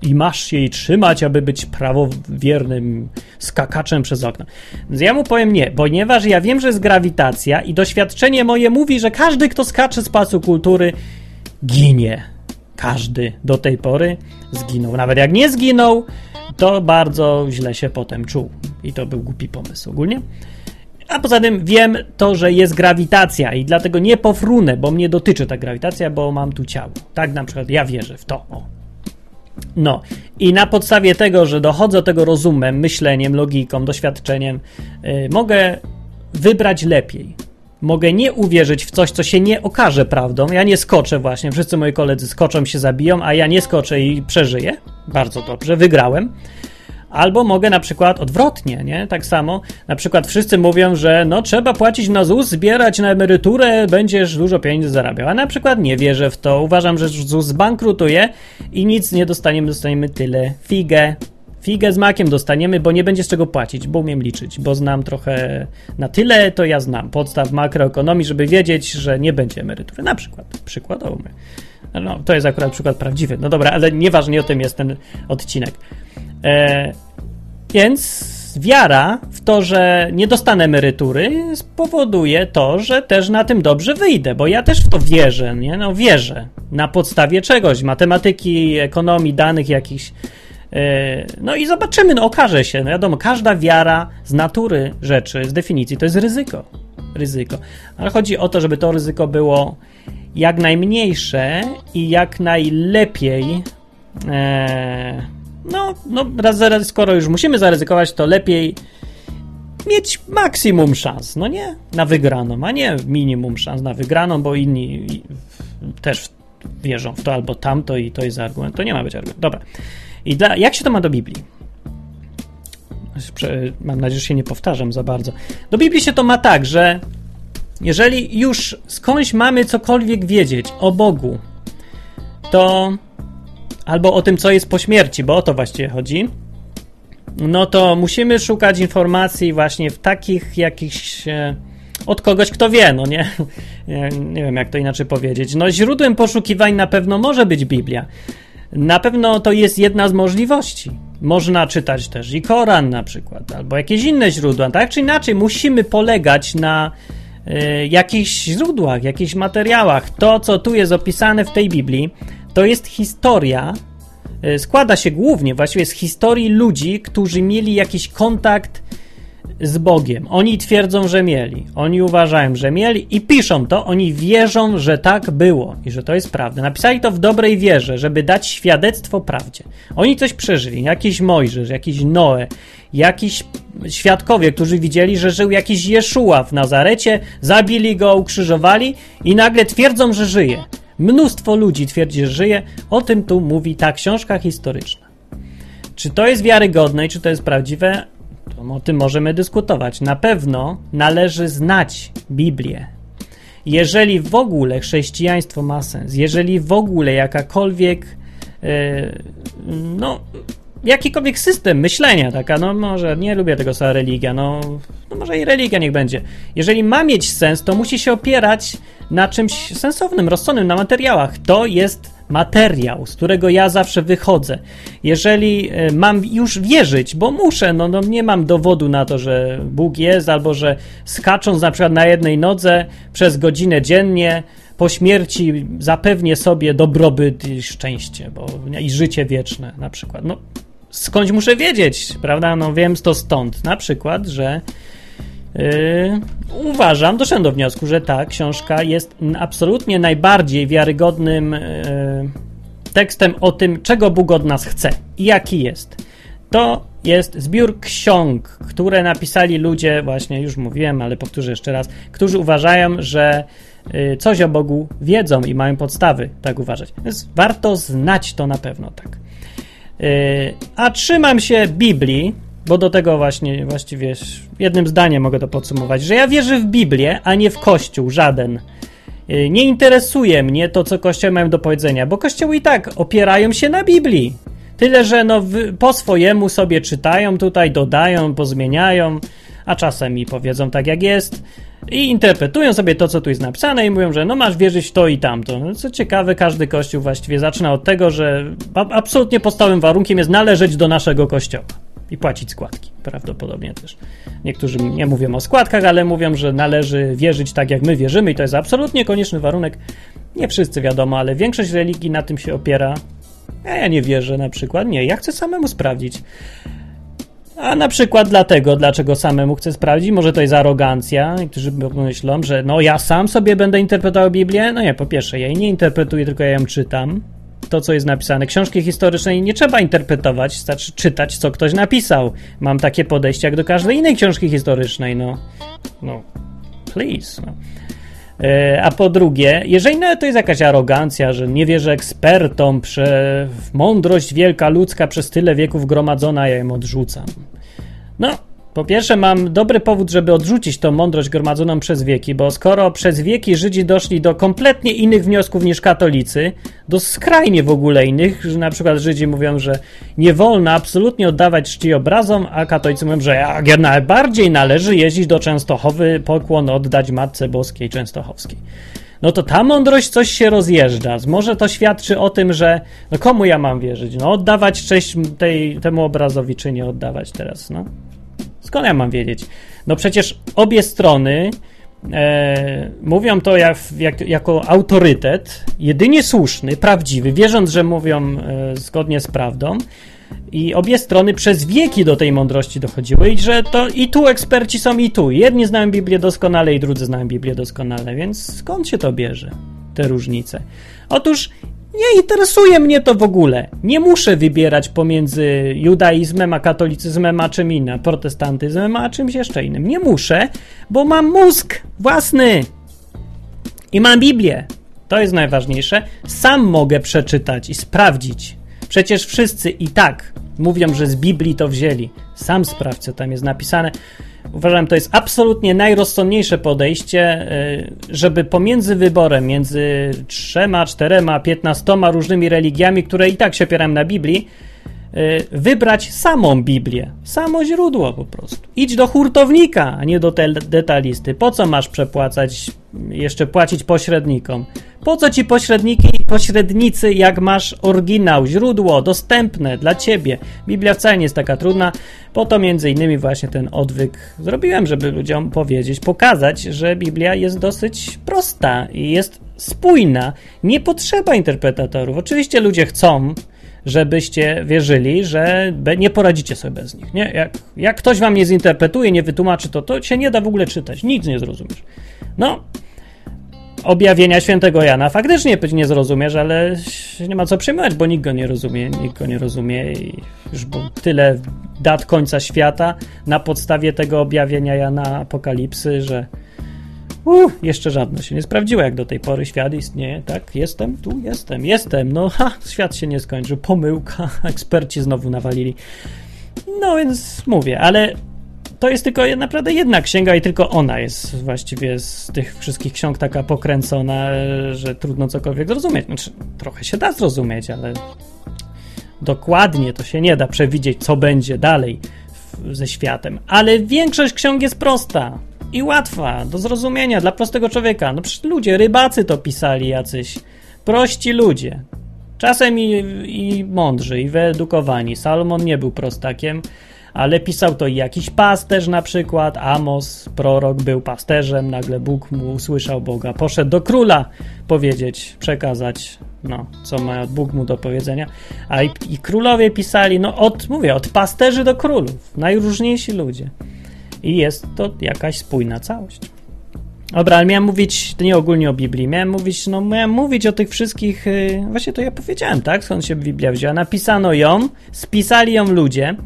Speaker 1: i masz się jej trzymać, aby być prawowiernym skakaczem przez okno. Więc ja mu powiem nie, ponieważ ja wiem, że jest grawitacja i doświadczenie moje mówi, że każdy, kto skacze z pasu kultury, ginie. Każdy do tej pory zginął. Nawet jak nie zginął, to bardzo źle się potem czuł. I to był głupi pomysł ogólnie. A poza tym wiem to, że jest grawitacja i dlatego nie pofrunę, bo mnie dotyczy ta grawitacja, bo mam tu ciało. Tak na przykład ja wierzę w to. O. No i na podstawie tego, że dochodzę do tego rozumem, myśleniem, logiką, doświadczeniem, yy, mogę wybrać lepiej. Mogę nie uwierzyć w coś, co się nie okaże prawdą. Ja nie skoczę właśnie, wszyscy moi koledzy skoczą, się zabiją, a ja nie skoczę i przeżyję. Bardzo dobrze, wygrałem. Albo mogę na przykład odwrotnie, nie? Tak samo, na przykład wszyscy mówią, że no trzeba płacić na Z U S, zbierać na emeryturę, będziesz dużo pieniędzy zarabiał. A na przykład nie wierzę w to. Uważam, że Z U S zbankrutuje i nic nie dostaniemy, dostaniemy tyle. Figę. Figę z makiem dostaniemy, bo nie będzie z czego płacić, bo umiem liczyć, bo znam trochę na tyle, to ja znam podstaw makroekonomii, żeby wiedzieć, że nie będzie emerytury. Na przykład. Przykładowo. No, to jest akurat przykład prawdziwy. No dobra, ale nieważne, o tym jest ten odcinek. E, więc wiara w to, że nie dostanę emerytury, spowoduje to, że też na tym dobrze wyjdę, bo ja też w to wierzę, nie? No wierzę. Na podstawie czegoś, matematyki, ekonomii, danych jakichś. E, no i zobaczymy, no okaże się. No wiadomo, każda wiara z natury rzeczy, z definicji, to jest ryzyko. Ryzyko. Ale chodzi o to, żeby to ryzyko było jak najmniejsze i jak najlepiej e, no, no raz, skoro już musimy zaryzykować, to lepiej mieć maksimum szans, no nie? Na wygraną, a nie minimum szans na wygraną, bo inni też wierzą w to albo tamto i to jest argument. To nie ma być argument. Dobra. I dla, jak się to ma do Biblii? Mam nadzieję, że się nie powtarzam za bardzo. Do Biblii się to ma tak, że jeżeli już skądś mamy cokolwiek wiedzieć o Bogu, to albo o tym, co jest po śmierci, bo o to właściwie chodzi, no to musimy szukać informacji właśnie w takich jakichś e, od kogoś, kto wie, no nie? nie? Nie wiem, jak to inaczej powiedzieć. No źródłem poszukiwań na pewno może być Biblia. Na pewno to jest jedna z możliwości. Można czytać też i Koran na przykład, albo jakieś inne źródła. Tak czy inaczej musimy polegać na y, jakichś źródłach, jakichś materiałach. To, co tu jest opisane w tej Biblii, to jest historia, y, składa się głównie właściwie z historii ludzi, którzy mieli jakiś kontakt z Bogiem. Oni twierdzą, że mieli. Oni uważają, że mieli i piszą to. Oni wierzą, że tak było i że to jest prawda. Napisali to w dobrej wierze, żeby dać świadectwo prawdzie. Oni coś przeżyli. Jakiś Mojżesz, jakiś Noe, jakiś świadkowie, którzy widzieli, że żył jakiś Jeszua w Nazarecie, zabili go, ukrzyżowali i nagle twierdzą, że żyje. Mnóstwo ludzi twierdzi, że żyje. O tym tu mówi ta książka historyczna. Czy to jest wiarygodne i czy to jest prawdziwe? To o tym możemy dyskutować. Na pewno należy znać Biblię. Jeżeli w ogóle chrześcijaństwo ma sens, jeżeli w ogóle jakakolwiek yy, no, jakikolwiek system myślenia, taka, no może nie lubię tego słowa religia, no, no może i religia niech będzie. Jeżeli ma mieć sens, to musi się opierać na czymś sensownym, rozsądnym, na materiałach. To jest materiał, z którego ja zawsze wychodzę. Jeżeli y, mam już wierzyć, bo muszę, no, no nie mam dowodu na to, że Bóg jest, albo że skacząc na przykład na jednej nodze przez godzinę dziennie, po śmierci zapewnię sobie dobrobyt i szczęście, bo, i życie wieczne na przykład. No, skądś muszę wiedzieć, prawda? No wiem to stąd. Na przykład, że Yy, uważam, doszedłem do wniosku, że ta książka jest absolutnie najbardziej wiarygodnym yy, tekstem o tym, czego Bóg od nas chce i jaki jest. To jest zbiór ksiąg, które napisali ludzie, właśnie już mówiłem, ale powtórzę jeszcze raz, którzy uważają, że yy, coś o Bogu wiedzą i mają podstawy tak uważać. Więc warto znać to na pewno tak. Yy, a trzymam się Biblii, bo do tego właśnie właściwie jednym zdaniem mogę to podsumować, że ja wierzę w Biblię, a nie w Kościół, żaden. Nie interesuje mnie to, co kościoły mają do powiedzenia, bo kościoły i tak opierają się na Biblii. Tyle, że no po swojemu sobie czytają tutaj, dodają, pozmieniają, a czasem mi powiedzą tak jak jest. I interpretują sobie to, co tu jest napisane i mówią, że no masz wierzyć w to i tamto. No, co ciekawe, każdy kościół właściwie zaczyna od tego, że absolutnie podstawowym warunkiem jest należeć do naszego kościoła i płacić składki. Prawdopodobnie też. Niektórzy nie mówią o składkach, ale mówią, że należy wierzyć tak, jak my wierzymy i to jest absolutnie konieczny warunek. Nie wszyscy wiadomo, ale większość religii na tym się opiera. Ja, ja nie wierzę na przykład. Nie, ja chcę samemu sprawdzić. A na przykład dlatego, dlaczego samemu chcę sprawdzić, może to jest arogancja, niektórzy myślą, że no ja sam sobie będę interpretował Biblię. No nie, po pierwsze, ja jej nie interpretuję, tylko ja ją czytam. To, co jest napisane. Książki historycznej nie trzeba interpretować, znaczy czytać, co ktoś napisał. Mam takie podejście jak do każdej innej książki historycznej, no. No, please, no. A po drugie, jeżeli nawet to jest jakaś arogancja, że nie wierzę ekspertom, że mądrość wielka ludzka przez tyle wieków gromadzona, ja ją odrzucam. No, po pierwsze mam dobry powód, żeby odrzucić tą mądrość gromadzoną przez wieki, bo skoro przez wieki Żydzi doszli do kompletnie innych wniosków niż katolicy, do skrajnie w ogóle innych, że na przykład Żydzi mówią, że nie wolno absolutnie oddawać czci obrazom, a katolicy mówią, że jak najbardziej należy jeździć do Częstochowy, pokłon oddać Matce Boskiej Częstochowskiej. No to ta mądrość coś się rozjeżdża. Może to świadczy o tym, że no komu ja mam wierzyć? No oddawać cześć tej, temu obrazowi, czy nie oddawać teraz, no. Skąd ja mam wiedzieć? No przecież obie strony e, mówią to jak, jak, jako autorytet, jedynie słuszny, prawdziwy, wierząc, że mówią e, zgodnie z prawdą i obie strony przez wieki do tej mądrości dochodziły i że to i tu eksperci są i tu. Jedni znają Biblię doskonale i drudzy znają Biblię doskonale, więc skąd się to bierze, te różnice? Otóż nie interesuje mnie to w ogóle. Nie muszę wybierać pomiędzy judaizmem a katolicyzmem, a czym innym, protestantyzmem, a czymś jeszcze innym. Nie muszę, bo mam mózg własny i mam Biblię. To jest najważniejsze. Sam mogę przeczytać i sprawdzić. Przecież wszyscy i tak mówią, że z Biblii to wzięli. Sam sprawdź, co tam jest napisane. Uważam, to jest absolutnie najrozsądniejsze podejście, żeby pomiędzy wyborem między trzema, czterema, piętnastoma różnymi religiami, które i tak się opierają na Biblii, wybrać samą Biblię, samo źródło po prostu. Idź do hurtownika, a nie do te- detalisty. Po co masz przepłacać, jeszcze płacić pośrednikom? Po co ci pośredniki, pośrednicy, jak masz oryginał, źródło dostępne dla ciebie? Biblia wcale nie jest taka trudna. Po to między innymi właśnie ten odwyk zrobiłem, żeby ludziom powiedzieć, pokazać, że Biblia jest dosyć prosta i jest spójna. Nie potrzeba interpretatorów. Oczywiście ludzie chcą, żebyście wierzyli, że nie poradzicie sobie bez nich. Nie? Jak, jak ktoś wam nie zinterpretuje, nie wytłumaczy to, to się nie da w ogóle czytać. Nic nie zrozumiesz. No, objawienia świętego Jana faktycznie nie zrozumiesz, ale nie ma co przejmować, bo nikt go nie rozumie, nikt go nie rozumie i już było tyle dat końca świata na podstawie tego objawienia Jana Apokalipsy, że uh, jeszcze żadne się nie sprawdziło, jak do tej pory świat istnieje. Tak, jestem, tu jestem, jestem, no ha, świat się nie skończył, pomyłka, eksperci znowu nawalili. No więc mówię, ale to jest tylko naprawdę jedna księga i tylko ona jest właściwie z tych wszystkich ksiąg taka pokręcona, że trudno cokolwiek zrozumieć. Znaczy, trochę się da zrozumieć, ale dokładnie to się nie da przewidzieć, co będzie dalej w, ze światem. Ale większość ksiąg jest prosta i łatwa do zrozumienia dla prostego człowieka. No przecież ludzie, rybacy to pisali jacyś, prości ludzie. Czasem i, i mądrzy, i wyedukowani. Salomon nie był prostakiem, ale pisał to i jakiś pasterz na przykład, Amos, prorok, był pasterzem, nagle Bóg mu usłyszał Boga, poszedł do króla powiedzieć, przekazać, no, co ma Bóg mu do powiedzenia, a i, i królowie pisali, no, od, mówię, od pasterzy do królów, najróżniejsi ludzie i jest to jakaś spójna całość. Dobra, ale miałem mówić nie ogólnie o Biblii, miałem mówić, no miałem mówić o tych wszystkich, yy, właśnie to ja powiedziałem, tak, skąd się Biblia wzięła, napisano ją, spisali ją ludzie,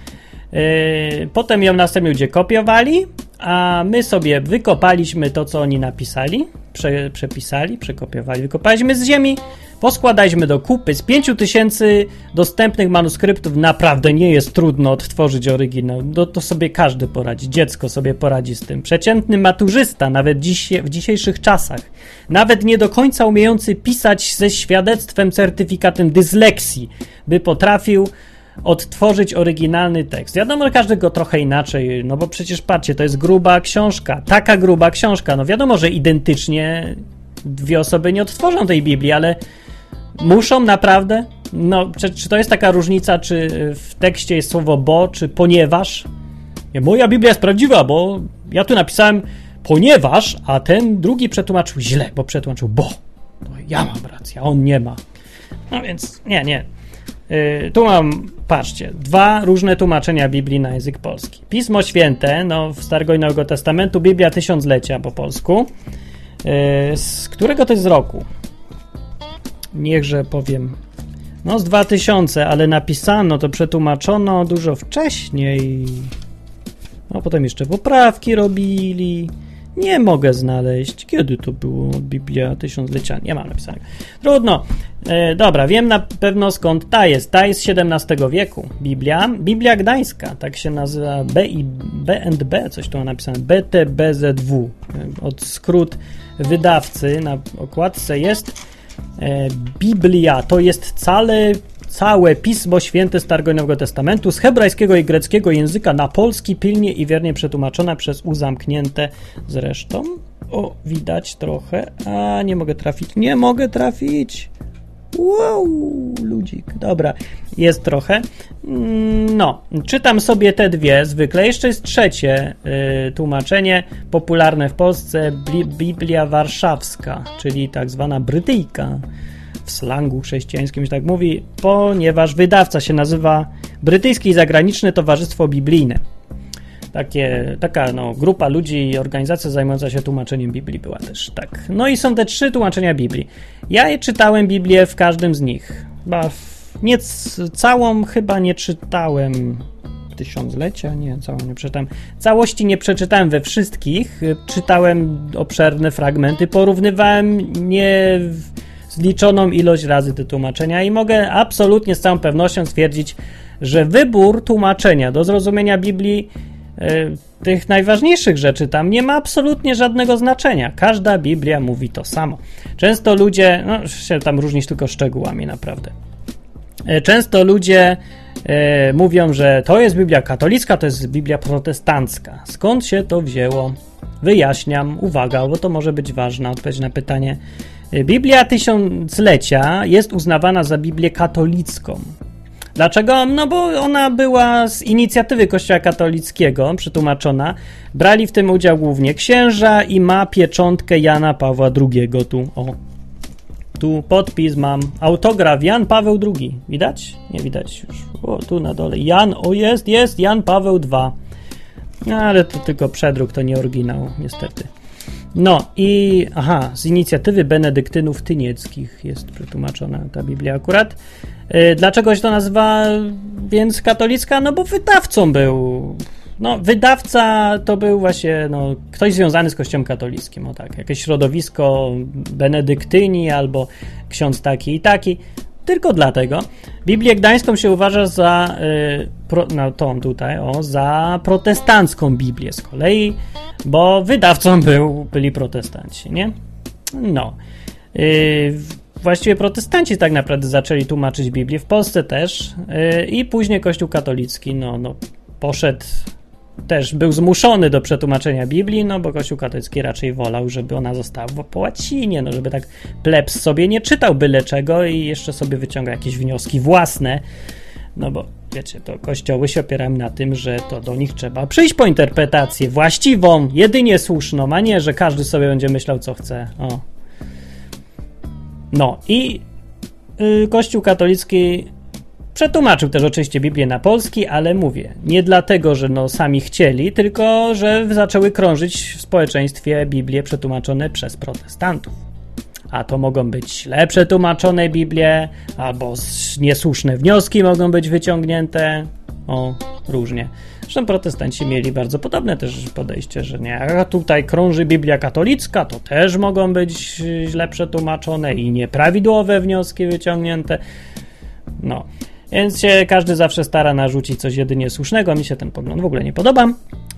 Speaker 1: Yy, potem ją następnie ludzie kopiowali, a my sobie wykopaliśmy to, co oni napisali, prze, przepisali, przekopiowali, wykopaliśmy z ziemi, poskładaliśmy do kupy. Z pięciu tysięcy dostępnych manuskryptów naprawdę nie jest trudno odtworzyć oryginał. No, to sobie każdy poradzi, dziecko sobie poradzi z tym. Przeciętny maturzysta, nawet dziś, w dzisiejszych czasach, nawet nie do końca umiejący pisać ze świadectwem, certyfikatem dysleksji, by potrafił odtworzyć oryginalny tekst. Wiadomo, że każdy go trochę inaczej, no bo przecież patrzcie, to jest gruba książka, taka gruba książka, no wiadomo, że identycznie dwie osoby nie odtworzą tej Biblii, ale muszą naprawdę? No, czy, czy to jest taka różnica, czy w tekście jest słowo bo, czy ponieważ? Nie, moja Biblia jest prawdziwa, bo ja tu napisałem ponieważ, a ten drugi przetłumaczył źle, bo przetłumaczył bo. To ja mam rację, a on nie ma. No więc, nie, nie. Yy, tu mam, patrzcie, dwa różne tłumaczenia Biblii na język polski. Pismo Święte, no w Starego i Nowego Testamentu, Biblia Tysiąclecia po polsku. Yy, z którego to jest roku? Niechże powiem. No z dwa tysiące, ale napisano, to przetłumaczono dużo wcześniej. No potem jeszcze poprawki robili. Nie mogę znaleźć. Kiedy to było Biblia Tysiąclecia? Nie mam napisanego. Trudno. E, dobra, wiem na pewno skąd ta jest. Ta jest z siedemnastego wieku. Biblia. Biblia Gdańska. Tak się nazywa B i B and B. Coś tu ma napisane. B T B Z W. Od skrót wydawcy na okładce jest e, Biblia. To jest całe Całe Pismo Święte Starego i Nowego Testamentu z hebrajskiego i greckiego języka na polski, pilnie i wiernie przetłumaczona przez U zamknięte zresztą. O, widać trochę. A, nie mogę trafić. Nie mogę trafić. Wow, ludzik. Dobra, jest trochę. No, czytam sobie te dwie zwykle. Jeszcze jest trzecie y, tłumaczenie popularne w Polsce. Biblia Warszawska, czyli tak zwana Brytyjka. W slangu chrześcijańskim się tak mówi, ponieważ wydawca się nazywa Brytyjskie i Zagraniczne Towarzystwo Biblijne. Takie, taka no, grupa ludzi i organizacja zajmująca się tłumaczeniem Biblii była też tak. No i są te trzy tłumaczenia Biblii. Ja je czytałem Biblię w każdym z nich. Chyba w, nie całą chyba nie czytałem Tysiąclecia, nie, całą nie przeczytałem. Całości nie przeczytałem we wszystkich. Czytałem obszerne fragmenty, porównywałem nie zliczoną ilość razy te tłumaczenia i mogę absolutnie z całą pewnością stwierdzić, że wybór tłumaczenia do zrozumienia Biblii y, tych najważniejszych rzeczy tam nie ma absolutnie żadnego znaczenia. Każda Biblia mówi to samo. Często ludzie, no się tam różnić tylko szczegółami naprawdę. Y, często ludzie y, mówią, że to jest Biblia katolicka, to jest Biblia protestancka. Skąd się to wzięło? Wyjaśniam, uwaga, bo to może być ważna odpowiedź na pytanie. Biblia Tysiąclecia jest uznawana za Biblię katolicką. Dlaczego? No bo ona była z inicjatywy Kościoła katolickiego przetłumaczona. Brali w tym udział głównie księża i ma pieczątkę Jana Pawła drugiego. Tu, o, tu podpis mam. Autograf Jan Paweł drugi. Widać? Nie widać już. O, tu na dole. Jan, o jest, jest Jan Paweł drugi. No, ale to tylko przedruk, to nie oryginał, niestety. No i, aha, z inicjatywy benedyktynów tynieckich jest przetłumaczona ta Biblia akurat. Yy, dlaczego się to nazywa więc katolicka? No bo wydawcą był, no wydawca to był właśnie, no ktoś związany z Kościołem katolickim, o tak, jakieś środowisko benedyktyni albo ksiądz taki i taki. Tylko dlatego. Biblię Gdańską się uważa za, yy, pro, no tą tutaj, o, za protestancką Biblię z kolei, bo wydawcą był, byli protestanci, nie? No. Yy, właściwie protestanci tak naprawdę zaczęli tłumaczyć Biblię, w Polsce też yy, i później Kościół katolicki, no, no, poszedł, też był zmuszony do przetłumaczenia Biblii, no bo Kościół katolicki raczej wolał, żeby ona została po łacinie, no żeby tak plebs sobie nie czytał byle czego i jeszcze sobie wyciąga jakieś wnioski własne, no bo wiecie, to kościoły się opierają na tym, że to do nich trzeba przyjść po interpretację właściwą, jedynie słuszną, a nie, że każdy sobie będzie myślał co chce. O. No i yy, Kościół katolicki przetłumaczył też oczywiście Biblię na polski, ale mówię, nie dlatego, że no sami chcieli, tylko że zaczęły krążyć w społeczeństwie Biblie przetłumaczone przez protestantów. A to mogą być źle przetłumaczone Biblie, albo niesłuszne wnioski mogą być wyciągnięte. O, różnie. Zresztą protestanci mieli bardzo podobne też podejście, że nie, a tutaj krąży Biblia katolicka, to też mogą być źle przetłumaczone i nieprawidłowe wnioski wyciągnięte. No. Więc się każdy zawsze stara narzucić coś jedynie słusznego. Mi się ten pogląd w ogóle nie podoba.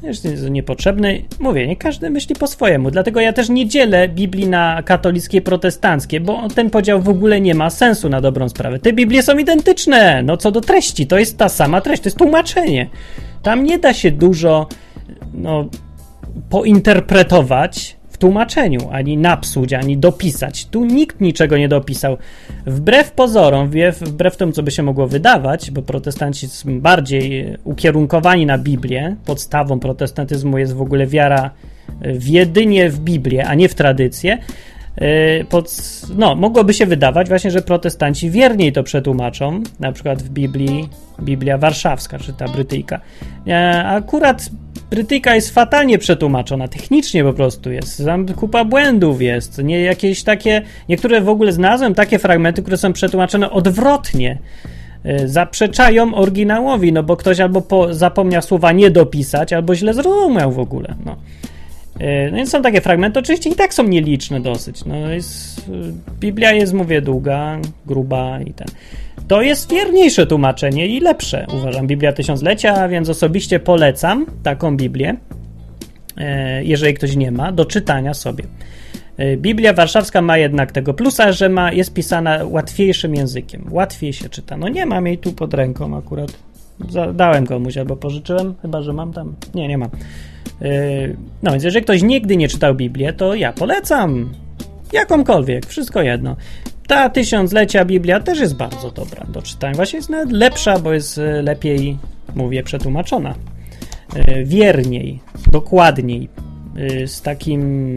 Speaker 1: jest niepotrzebny. Mówię, nie każdy myśli po swojemu, dlatego ja też nie dzielę Biblii na katolickie i protestanckie, bo ten podział w ogóle nie ma sensu na dobrą sprawę. Te Biblie są identyczne, no co do treści, to jest ta sama treść, to jest tłumaczenie. Tam nie da się dużo no, pointerpretować w tłumaczeniu, ani napsuć, ani dopisać. Tu nikt niczego nie dopisał. Wbrew pozorom, wbrew temu, co by się mogło wydawać, bo protestanci są bardziej ukierunkowani na Biblię, podstawą protestantyzmu jest w ogóle wiara w jedynie w Biblię, a nie w tradycję. Pod, no, mogłoby się wydawać właśnie, że protestanci wierniej to przetłumaczą, na przykład w Biblii Biblia Warszawska, czy ta brytyjka. Akurat brytyjka jest fatalnie przetłumaczona, technicznie po prostu jest, tam kupa błędów jest, nie jakieś takie, niektóre w ogóle znalazłem takie fragmenty, które są przetłumaczone odwrotnie, zaprzeczają oryginałowi, no bo ktoś albo po, zapomniał słowa nie dopisać, albo źle zrozumiał w ogóle, no. No więc są takie fragmenty, oczywiście i tak są nieliczne dosyć. No jest, Biblia jest, mówię, długa, gruba i ten. To jest wierniejsze tłumaczenie i lepsze, uważam, Biblia Tysiąclecia, więc osobiście polecam taką Biblię, jeżeli ktoś nie ma, do czytania sobie. Biblia Warszawska ma jednak tego plusa, że ma, jest pisana łatwiejszym językiem. Łatwiej się czyta. No nie mam jej tu pod ręką akurat. Dałem komuś albo pożyczyłem, chyba że mam tam. Nie, nie mam. No więc jeżeli ktoś nigdy nie czytał Biblii, to ja polecam jakąkolwiek, wszystko jedno. Ta Tysiąclecia Biblia też jest bardzo dobra do czytania. Właśnie jest nawet lepsza, bo jest lepiej, mówię, przetłumaczona. Wierniej, dokładniej, z takim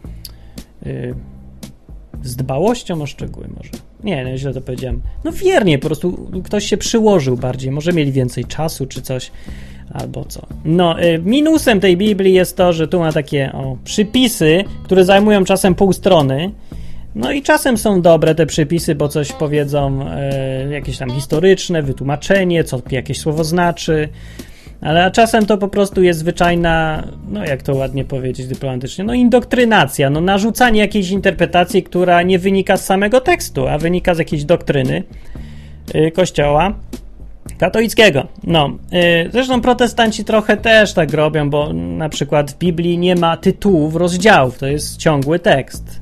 Speaker 1: z dbałością o szczegóły może. Nie, no źle to powiedziałem. No wiernie, po prostu ktoś się przyłożył bardziej, może mieli więcej czasu czy coś, albo co. No, y, minusem tej Biblii jest to, że tu ma takie o, przypisy, które zajmują czasem pół strony. No i czasem są dobre te przypisy, bo coś powiedzą y, jakieś tam historyczne, wytłumaczenie, co jakieś słowo znaczy. Ale a czasem to po prostu jest zwyczajna, no jak to ładnie powiedzieć dyplomatycznie, no indoktrynacja, no narzucanie jakiejś interpretacji, która nie wynika z samego tekstu, a wynika z jakiejś doktryny y, Kościoła katolickiego. No, y, zresztą protestanci trochę też tak robią, bo na przykład w Biblii nie ma tytułów rozdziałów, to jest ciągły tekst.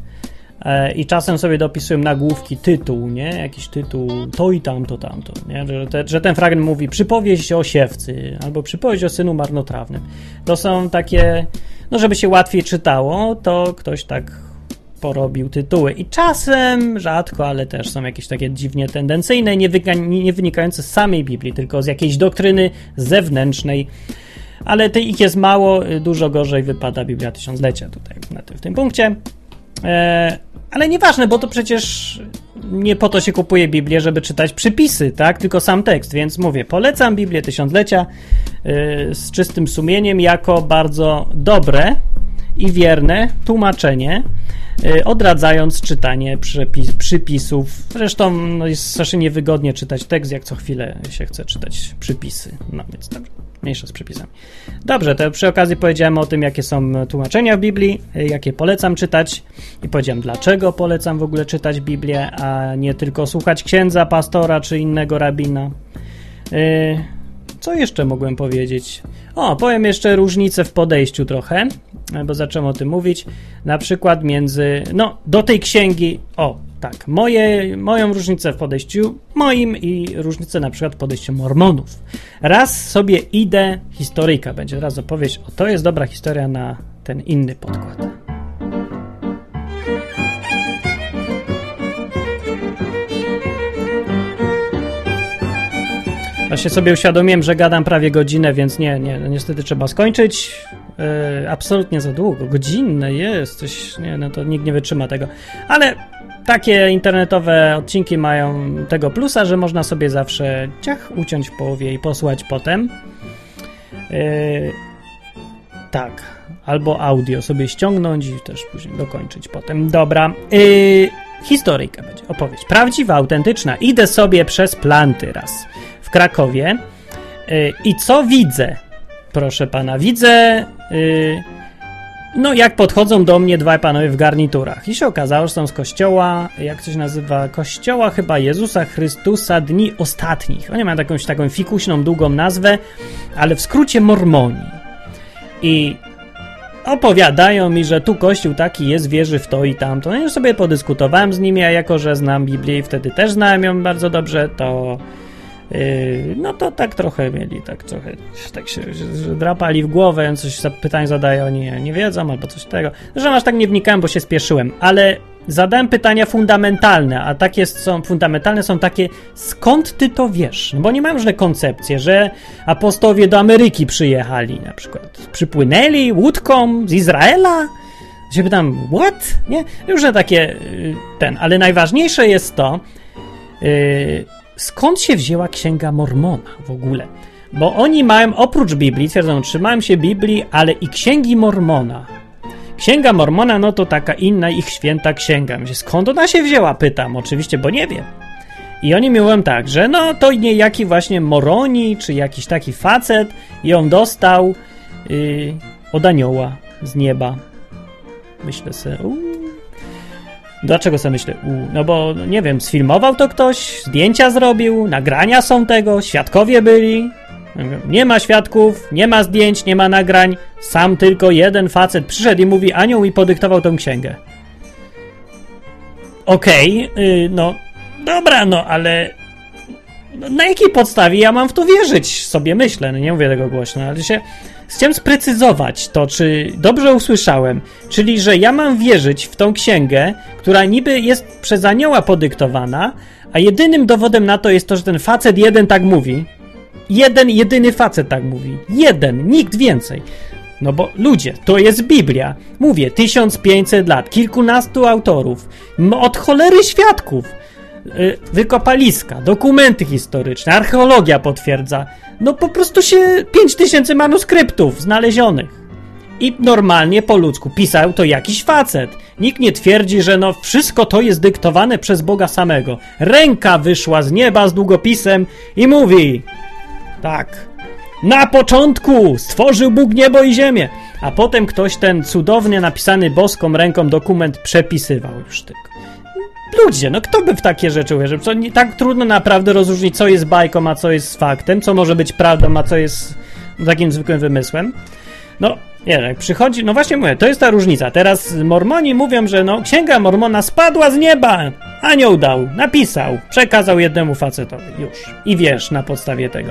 Speaker 1: I czasem sobie dopisują nagłówki tytuł, nie? Jakiś tytuł, to i tamto, tamto, nie? Że, te, że ten fragment mówi przypowieść o siewcy albo przypowieść o synu marnotrawnym. To są takie, no żeby się łatwiej czytało, to ktoś tak porobił tytuły. I czasem, rzadko, ale też są jakieś takie dziwnie tendencyjne, nie, wyga- nie wynikające z samej Biblii, tylko z jakiejś doktryny zewnętrznej. Ale tych ich jest mało, dużo gorzej wypada Biblia Tysiąclecia tutaj na tym, w tym punkcie. E, ale nieważne, bo to przecież nie po to się kupuje Biblię, żeby czytać przypisy, tak? Tylko sam tekst, więc mówię, polecam Biblię Tysiąclecia e, z czystym sumieniem jako bardzo dobre i wierne tłumaczenie, e, odradzając czytanie przypis, przypisów. Zresztą no, jest strasznie niewygodnie czytać tekst, jak co chwilę się chce czytać przypisy. No więc dobrze. Mniejsza z przepisami. Dobrze, to przy okazji powiedziałem o tym, jakie są tłumaczenia w Biblii, jakie polecam czytać i powiedziałem, dlaczego polecam w ogóle czytać Biblię, a nie tylko słuchać księdza, pastora czy innego rabina. Yy, co jeszcze mogłem powiedzieć? O, powiem jeszcze różnicę w podejściu trochę, bo zacząłem o tym mówić. Na przykład między, no, do tej księgi, o, tak, moje, moją różnicę w podejściu moim i różnicę na przykład w podejściu Mormonów. Raz sobie idę, historyjka będzie raz opowieść, o to jest dobra historia na ten inny podkład. Właśnie sobie uświadomiłem, że gadam prawie godzinę, więc nie, nie, niestety trzeba skończyć. Yy, absolutnie za długo, godzinne jest, coś, nie, no to nikt nie wytrzyma tego, ale takie internetowe odcinki mają tego plusa, że można sobie zawsze ciach uciąć w połowie i posłuchać potem. Yy, tak, albo audio sobie ściągnąć i też później dokończyć potem. Dobra, yy, historyjka będzie, opowieść. Prawdziwa, autentyczna. Idę sobie przez planty raz w Krakowie yy, i co widzę? Proszę pana, widzę... Yy, No, jak podchodzą do mnie dwaj panowie w garniturach i się okazało, że są z kościoła, jak to się nazywa, kościoła chyba Jezusa Chrystusa Dni Ostatnich. Oni mają jakąś taką fikuśną, długą nazwę, ale w skrócie Mormoni. I opowiadają mi, że tu kościół taki jest, wierzy w to i tamto. No i już sobie podyskutowałem z nimi, a jako, że znam Biblię i wtedy też znałem ją bardzo dobrze, to yy, no to tak trochę mieli, tak trochę tak się że, że drapali w głowę, coś pytań zadaje, oni nie, nie wiedzą albo coś tego. Zresztą aż tak nie wnikałem, bo się spieszyłem, ale zadałem pytania fundamentalne, a takie są fundamentalne są takie, skąd ty to wiesz? No bo nie mają różne koncepcje, że apostołowie do Ameryki przyjechali na przykład. Przypłynęli łódką z Izraela? Ja się pytam, what? Nie? Różne takie ten, ale najważniejsze jest to, yy, skąd się wzięła Księga Mormona w ogóle? Bo oni mają, oprócz Biblii, twierdzą, trzymają się Biblii, ale i Księgi Mormona. Księga Mormona, no to taka inna ich święta księga. Myślę, skąd ona się wzięła? Pytam, oczywiście, bo nie wiem. I oni mi mówią tak, że no to niejaki właśnie Moroni, czy jakiś taki facet ją dostał yy, od anioła z nieba. Myślę sobie, uuu. Dlaczego sobie myślę? Uuu, no bo, nie wiem, sfilmował to ktoś, zdjęcia zrobił, nagrania są tego, świadkowie byli. Nie ma świadków, nie ma zdjęć, nie ma nagrań, sam tylko jeden facet przyszedł i mówi, anioł mi podyktował tą księgę. Okej, okay, yy, no dobra, no ale na jakiej podstawie ja mam w to wierzyć? Sobie myślę, no nie mówię tego głośno, ale się chciałem sprecyzować to, czy dobrze usłyszałem, czyli, że ja mam wierzyć w tą księgę, która niby jest przez anioła podyktowana, a jedynym dowodem na to jest to, że ten facet jeden tak mówi. Jeden, jedyny facet tak mówi. Jeden, nikt więcej. No bo ludzie, to jest Biblia. Mówię, tysiąc pięćset lat, kilkunastu autorów, od cholery świadków, yy, wykopaliska, dokumenty historyczne, archeologia potwierdza. No po prostu się pięć tysięcy manuskryptów znalezionych. I normalnie po ludzku pisał to jakiś facet. Nikt nie twierdzi, że no wszystko to jest dyktowane przez Boga samego. Ręka wyszła z nieba z długopisem i mówi... Tak. Na początku stworzył Bóg niebo i ziemię, a potem ktoś ten cudownie napisany boską ręką dokument przepisywał już tylko. Ludzie, no kto by w takie rzeczy uwierzył? Co, nie, tak trudno naprawdę rozróżnić, co jest bajką, a co jest faktem, co może być prawdą, a co jest takim zwykłym wymysłem. No, nie, jak przychodzi, no właśnie mówię, to jest ta różnica. Teraz Mormoni mówią, że no, Księga Mormona spadła z nieba, anioł dał, napisał, przekazał jednemu facetowi, już. I wiesz na podstawie tego.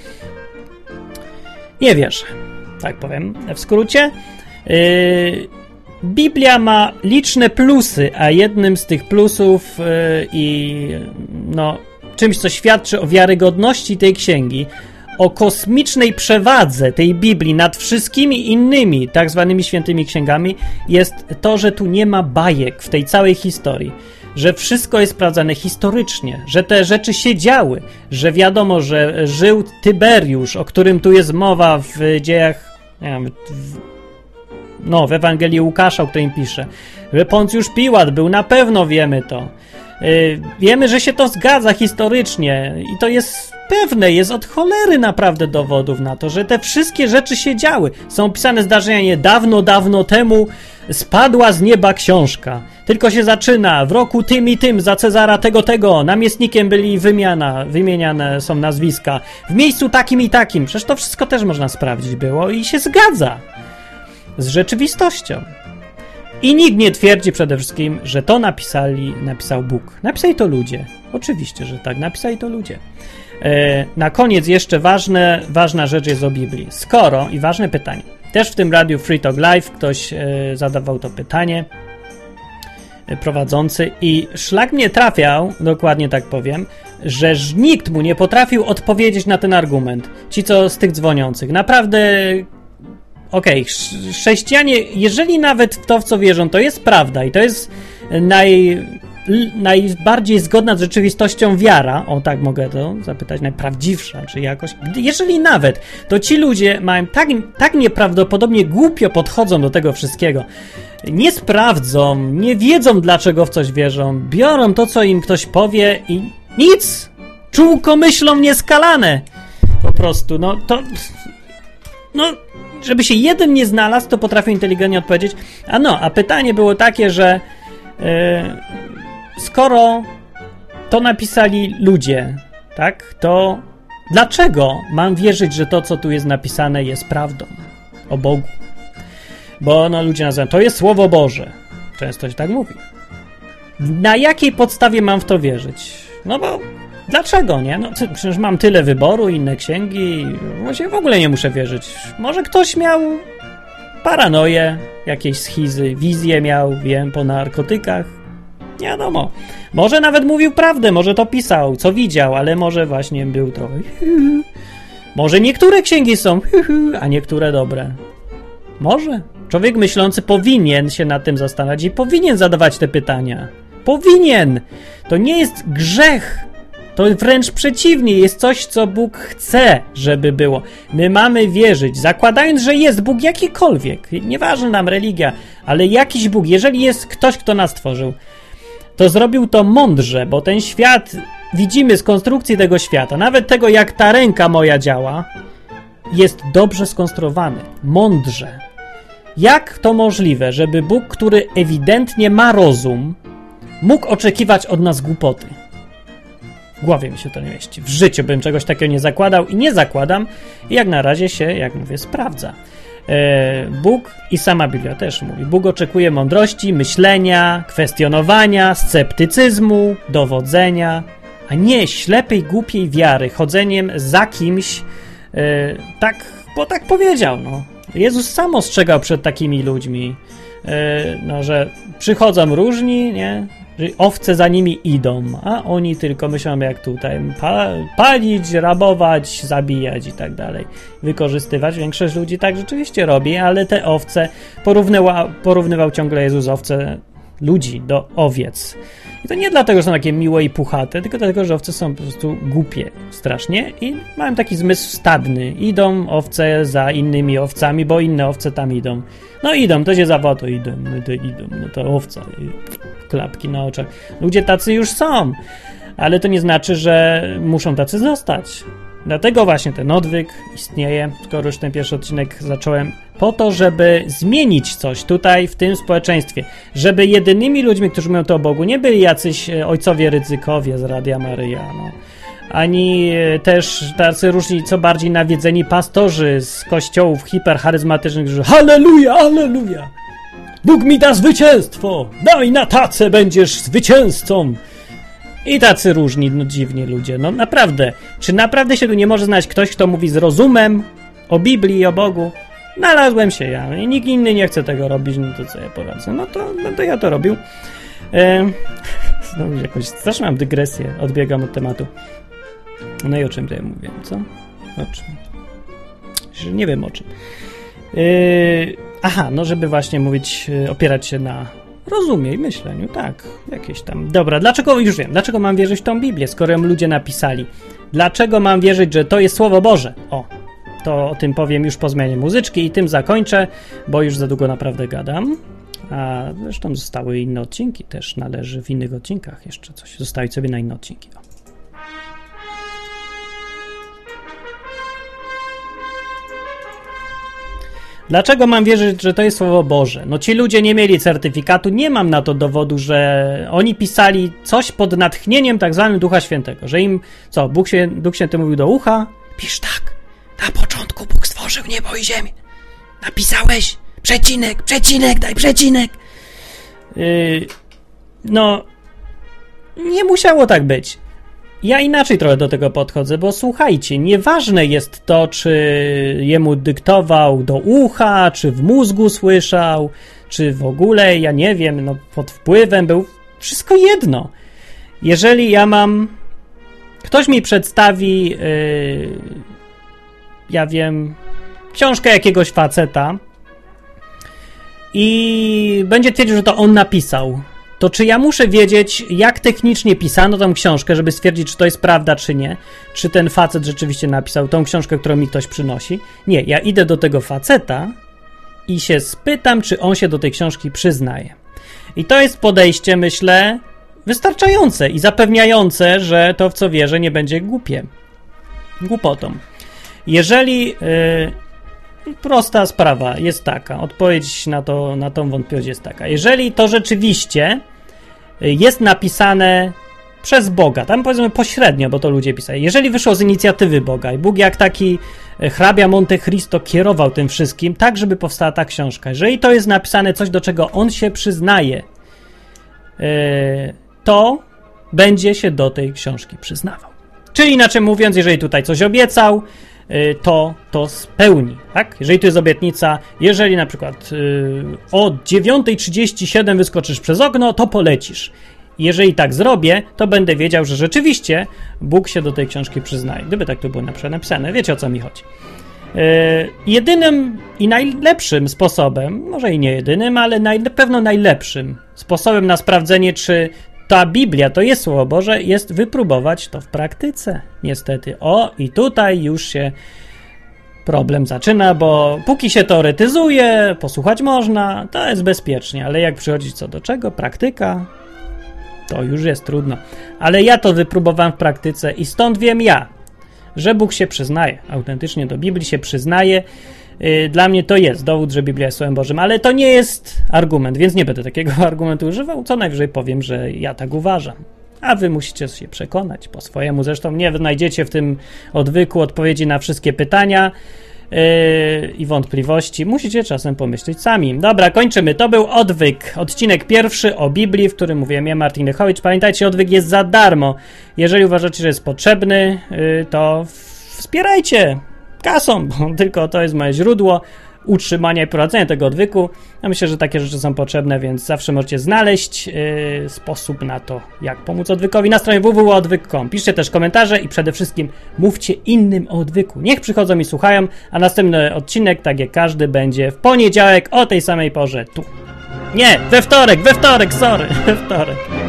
Speaker 1: Nie wierzę, tak powiem w skrócie. Yy, Biblia ma liczne plusy, a jednym z tych plusów yy, i no, czymś, co świadczy o wiarygodności tej księgi, o kosmicznej przewadze tej Biblii nad wszystkimi innymi tak zwanymi świętymi księgami, jest to, że tu nie ma bajek w tej całej historii. Że wszystko jest sprawdzane historycznie, że te rzeczy się działy, że wiadomo, że żył Tyberiusz, o którym tu jest mowa w dziejach, nie wiem, w, no w Ewangelii Łukasza, o którym pisze, że Poncjusz Piłat był, na pewno wiemy to. Yy, wiemy, że się to zgadza historycznie i to jest pewne, jest od cholery naprawdę dowodów na to, że te wszystkie rzeczy się działy. Są opisane zdarzenia nie dawno, dawno temu spadła z nieba książka. Tylko się zaczyna w roku tym i tym za Cezara tego, tego. Namiestnikiem byli wymiana, wymieniane są nazwiska. W miejscu takim i takim. Przecież to wszystko też można sprawdzić było i się zgadza z rzeczywistością. I nikt nie twierdzi przede wszystkim, że to napisali, napisał Bóg. Napisali to ludzie. Oczywiście, że tak. Napisali to ludzie. E, na koniec jeszcze ważne, ważna rzecz jest o Biblii. Skoro, i ważne pytanie, też w tym radiu Free Talk Live ktoś e, zadawał to pytanie, e, prowadzący, i szlak mnie trafiał, dokładnie tak powiem, że nikt mu nie potrafił odpowiedzieć na ten argument. Ci, co z tych dzwoniących. Naprawdę... Okej, okay, chrześcijanie, jeżeli nawet w to, w co wierzą, to jest prawda i to jest naj, najbardziej zgodna z rzeczywistością wiara, o tak mogę to zapytać, najprawdziwsza, czy jakoś, jeżeli nawet, to ci ludzie mają tak, tak nieprawdopodobnie głupio podchodzą do tego wszystkiego, nie sprawdzą, nie wiedzą, dlaczego w coś wierzą, biorą to, co im ktoś powie i nic, czółko myślą nieskalane, po prostu, no to, no... Żeby się jeden nie znalazł, to potrafił inteligentnie odpowiedzieć. A no, a pytanie było takie, że yy, skoro to napisali ludzie, tak, to dlaczego mam wierzyć, że to, co tu jest napisane, jest prawdą? o Bogu. Bo no, ludzie nazywają, to jest Słowo Boże. Często się tak mówi. Na jakiej podstawie mam w to wierzyć? No bo dlaczego, nie? No przecież mam tyle wyboru, inne księgi, właśnie w ogóle nie muszę wierzyć. Może ktoś miał paranoję, jakieś schizy, wizję miał, wiem, po narkotykach. Nie wiadomo. Może nawet mówił prawdę, może to pisał, co widział, ale może właśnie był trochę... Może niektóre księgi są, a niektóre dobre. Może. Człowiek myślący powinien się nad tym zastanawiać i powinien zadawać te pytania. Powinien! To nie jest grzech. To wręcz przeciwnie, jest coś, co Bóg chce, żeby było. My mamy wierzyć, zakładając, że jest Bóg jakikolwiek, nieważne nam religia, ale jakiś Bóg, jeżeli jest ktoś, kto nas stworzył, to zrobił to mądrze, bo ten świat, widzimy z konstrukcji tego świata, nawet tego, jak ta ręka moja działa, jest dobrze skonstruowany, mądrze. Jak to możliwe, żeby Bóg, który ewidentnie ma rozum, mógł oczekiwać od nas głupoty? W głowie mi się to nie mieści. W życiu bym czegoś takiego nie zakładał i nie zakładam. I jak na razie się, jak mówię, sprawdza. E, Bóg i sama Biblia też mówi. Bóg oczekuje mądrości, myślenia, kwestionowania, sceptycyzmu, dowodzenia, a nie ślepej, głupiej wiary, chodzeniem za kimś, e, tak, bo tak powiedział, no. Jezus sam ostrzegał przed takimi ludźmi, e, no, że przychodzą różni, nie? Że owce za nimi idą, a oni tylko myślą jak tutaj pa- palić, rabować, zabijać i tak dalej, wykorzystywać. Większość ludzi tak rzeczywiście robi, ale te owce porównywa, porównywał ciągle Jezus owce ludzi do owiec. I to nie dlatego, że są takie miłe i puchate, tylko dlatego, że owce są po prostu głupie strasznie i mają taki zmysł stadny. Idą owce za innymi owcami, bo inne owce tam idą. No idą, to się zawoła, to idą, no to idą, no to owca, klapki na oczach. Ludzie tacy już są, ale to nie znaczy, że muszą tacy zostać. Dlatego właśnie ten odwyk istnieje, skoro już ten pierwszy odcinek zacząłem, po to, żeby zmienić coś tutaj w tym społeczeństwie. Żeby jedynymi ludźmi, którzy mówią to o Bogu, nie byli jacyś ojcowie Rydzykowie z Radia Maryja, no. Ani też tacy różni, co bardziej nawiedzeni pastorzy z kościołów hipercharyzmatycznych, że halleluja, halleluja, Bóg mi da zwycięstwo, daj na tacę, będziesz zwycięzcą. I tacy różni, no dziwnie ludzie, no naprawdę. Czy naprawdę się tu nie może znaleźć ktoś, kto mówi z rozumem o Biblii i o Bogu? Znalazłem się ja i nikt inny nie chce tego robić, no to co ja poradzę? No to, no to ja to robił. E, znowu jakoś strasznie mam dygresję, odbiegam od tematu. No i o czym tutaj mówię, co? O czym? Nie wiem o czym. E, aha, no żeby właśnie mówić, opierać się na rozumie i myśleniu, tak, jakieś tam. Dobra, dlaczego, już wiem, dlaczego mam wierzyć w tą Biblię, skoro ją ludzie napisali? Dlaczego mam wierzyć, że to jest Słowo Boże? O, to o tym powiem już po zmianie muzyczki i tym zakończę, bo już za długo naprawdę gadam. A zresztą zostały inne odcinki, też należy w innych odcinkach jeszcze coś zostawić sobie na inne odcinki. O. Dlaczego mam wierzyć, że to jest Słowo Boże? No ci ludzie nie mieli certyfikatu, nie mam na to dowodu, że oni pisali coś pod natchnieniem tak zwanym Ducha Świętego, że im, co, Bóg się, Duch Święty mówił do ucha? Pisz tak, na początku Bóg stworzył niebo i ziemię. Napisałeś? Przecinek, przecinek, daj przecinek. Yy, no, nie musiało tak być. Ja inaczej trochę do tego podchodzę, bo słuchajcie, nieważne jest to, czy jemu dyktował do ucha, czy w mózgu słyszał, czy w ogóle, ja nie wiem, no pod wpływem był, wszystko jedno. Jeżeli ja mam, ktoś mi przedstawi, yy, ja wiem, książkę jakiegoś faceta i będzie twierdził, że to on napisał, to czy ja muszę wiedzieć, jak technicznie pisano tą książkę, żeby stwierdzić, czy to jest prawda, czy nie? Czy ten facet rzeczywiście napisał tą książkę, którą mi ktoś przynosi? Nie, ja idę do tego faceta i się spytam, czy on się do tej książki przyznaje. I to jest podejście, myślę, wystarczające i zapewniające, że to, w co wierzę, nie będzie głupie. Głupotą. Jeżeli... Yy, prosta sprawa jest taka, odpowiedź na, to, na tą wątpliwość jest taka. Jeżeli to rzeczywiście jest napisane przez Boga, tam powiedzmy pośrednio, bo to ludzie pisali, jeżeli wyszło z inicjatywy Boga i Bóg jak taki hrabia Monte Cristo kierował tym wszystkim, tak żeby powstała ta książka. Jeżeli to jest napisane coś, do czego on się przyznaje, to będzie się do tej książki przyznawał. Czyli inaczej mówiąc, jeżeli tutaj coś obiecał, to to spełni, tak? Jeżeli tu jest obietnica, jeżeli na przykład o dziewiąta trzydzieści siedem wyskoczysz przez okno, to polecisz. Jeżeli tak zrobię, to będę wiedział, że rzeczywiście Bóg się do tej książki przyznaje. Gdyby tak to było na przykład napisane, wiecie, o co mi chodzi. Yy, jedynym i najlepszym sposobem, może i nie jedynym, ale na pewno najlepszym sposobem na sprawdzenie, czy ta Biblia to jest Słowo Boże, jest wypróbować to w praktyce. Niestety. O, i tutaj już się problem zaczyna, bo póki się teoretyzuje, posłuchać można, to jest bezpiecznie, ale jak przychodzi co do czego, praktyka, to już jest trudno. Ale ja to wypróbowałem w praktyce i stąd wiem ja, że Bóg się przyznaje, autentycznie do Biblii się przyznaje. Dla mnie to jest dowód, że Biblia jest Słowem Bożym, ale to nie jest argument, więc nie będę takiego argumentu używał, co najwyżej powiem, że ja tak uważam. A wy musicie się przekonać po swojemu. Zresztą nie znajdziecie w tym odwyku odpowiedzi na wszystkie pytania yy, i wątpliwości. Musicie czasem pomyśleć sami. Dobra, kończymy. To był odwyk. Odcinek pierwszy o Biblii, w którym mówiłem ja, Martin Lechowicz. Pamiętajcie, odwyk jest za darmo. Jeżeli uważacie, że jest potrzebny, yy, to wspierajcie kasą, bo tylko to jest moje źródło utrzymania i prowadzenia tego odwyku. Ja myślę, że takie rzeczy są potrzebne, więc zawsze możecie znaleźć yy, sposób na to, jak pomóc odwykowi na stronie w w w kropka odwyk kropka com. Piszcie też komentarze i przede wszystkim mówcie innym o odwyku. Niech przychodzą i słuchają, a następny odcinek, tak jak każdy, będzie w poniedziałek o tej samej porze tu. Nie, we wtorek, we wtorek, sorry, we wtorek.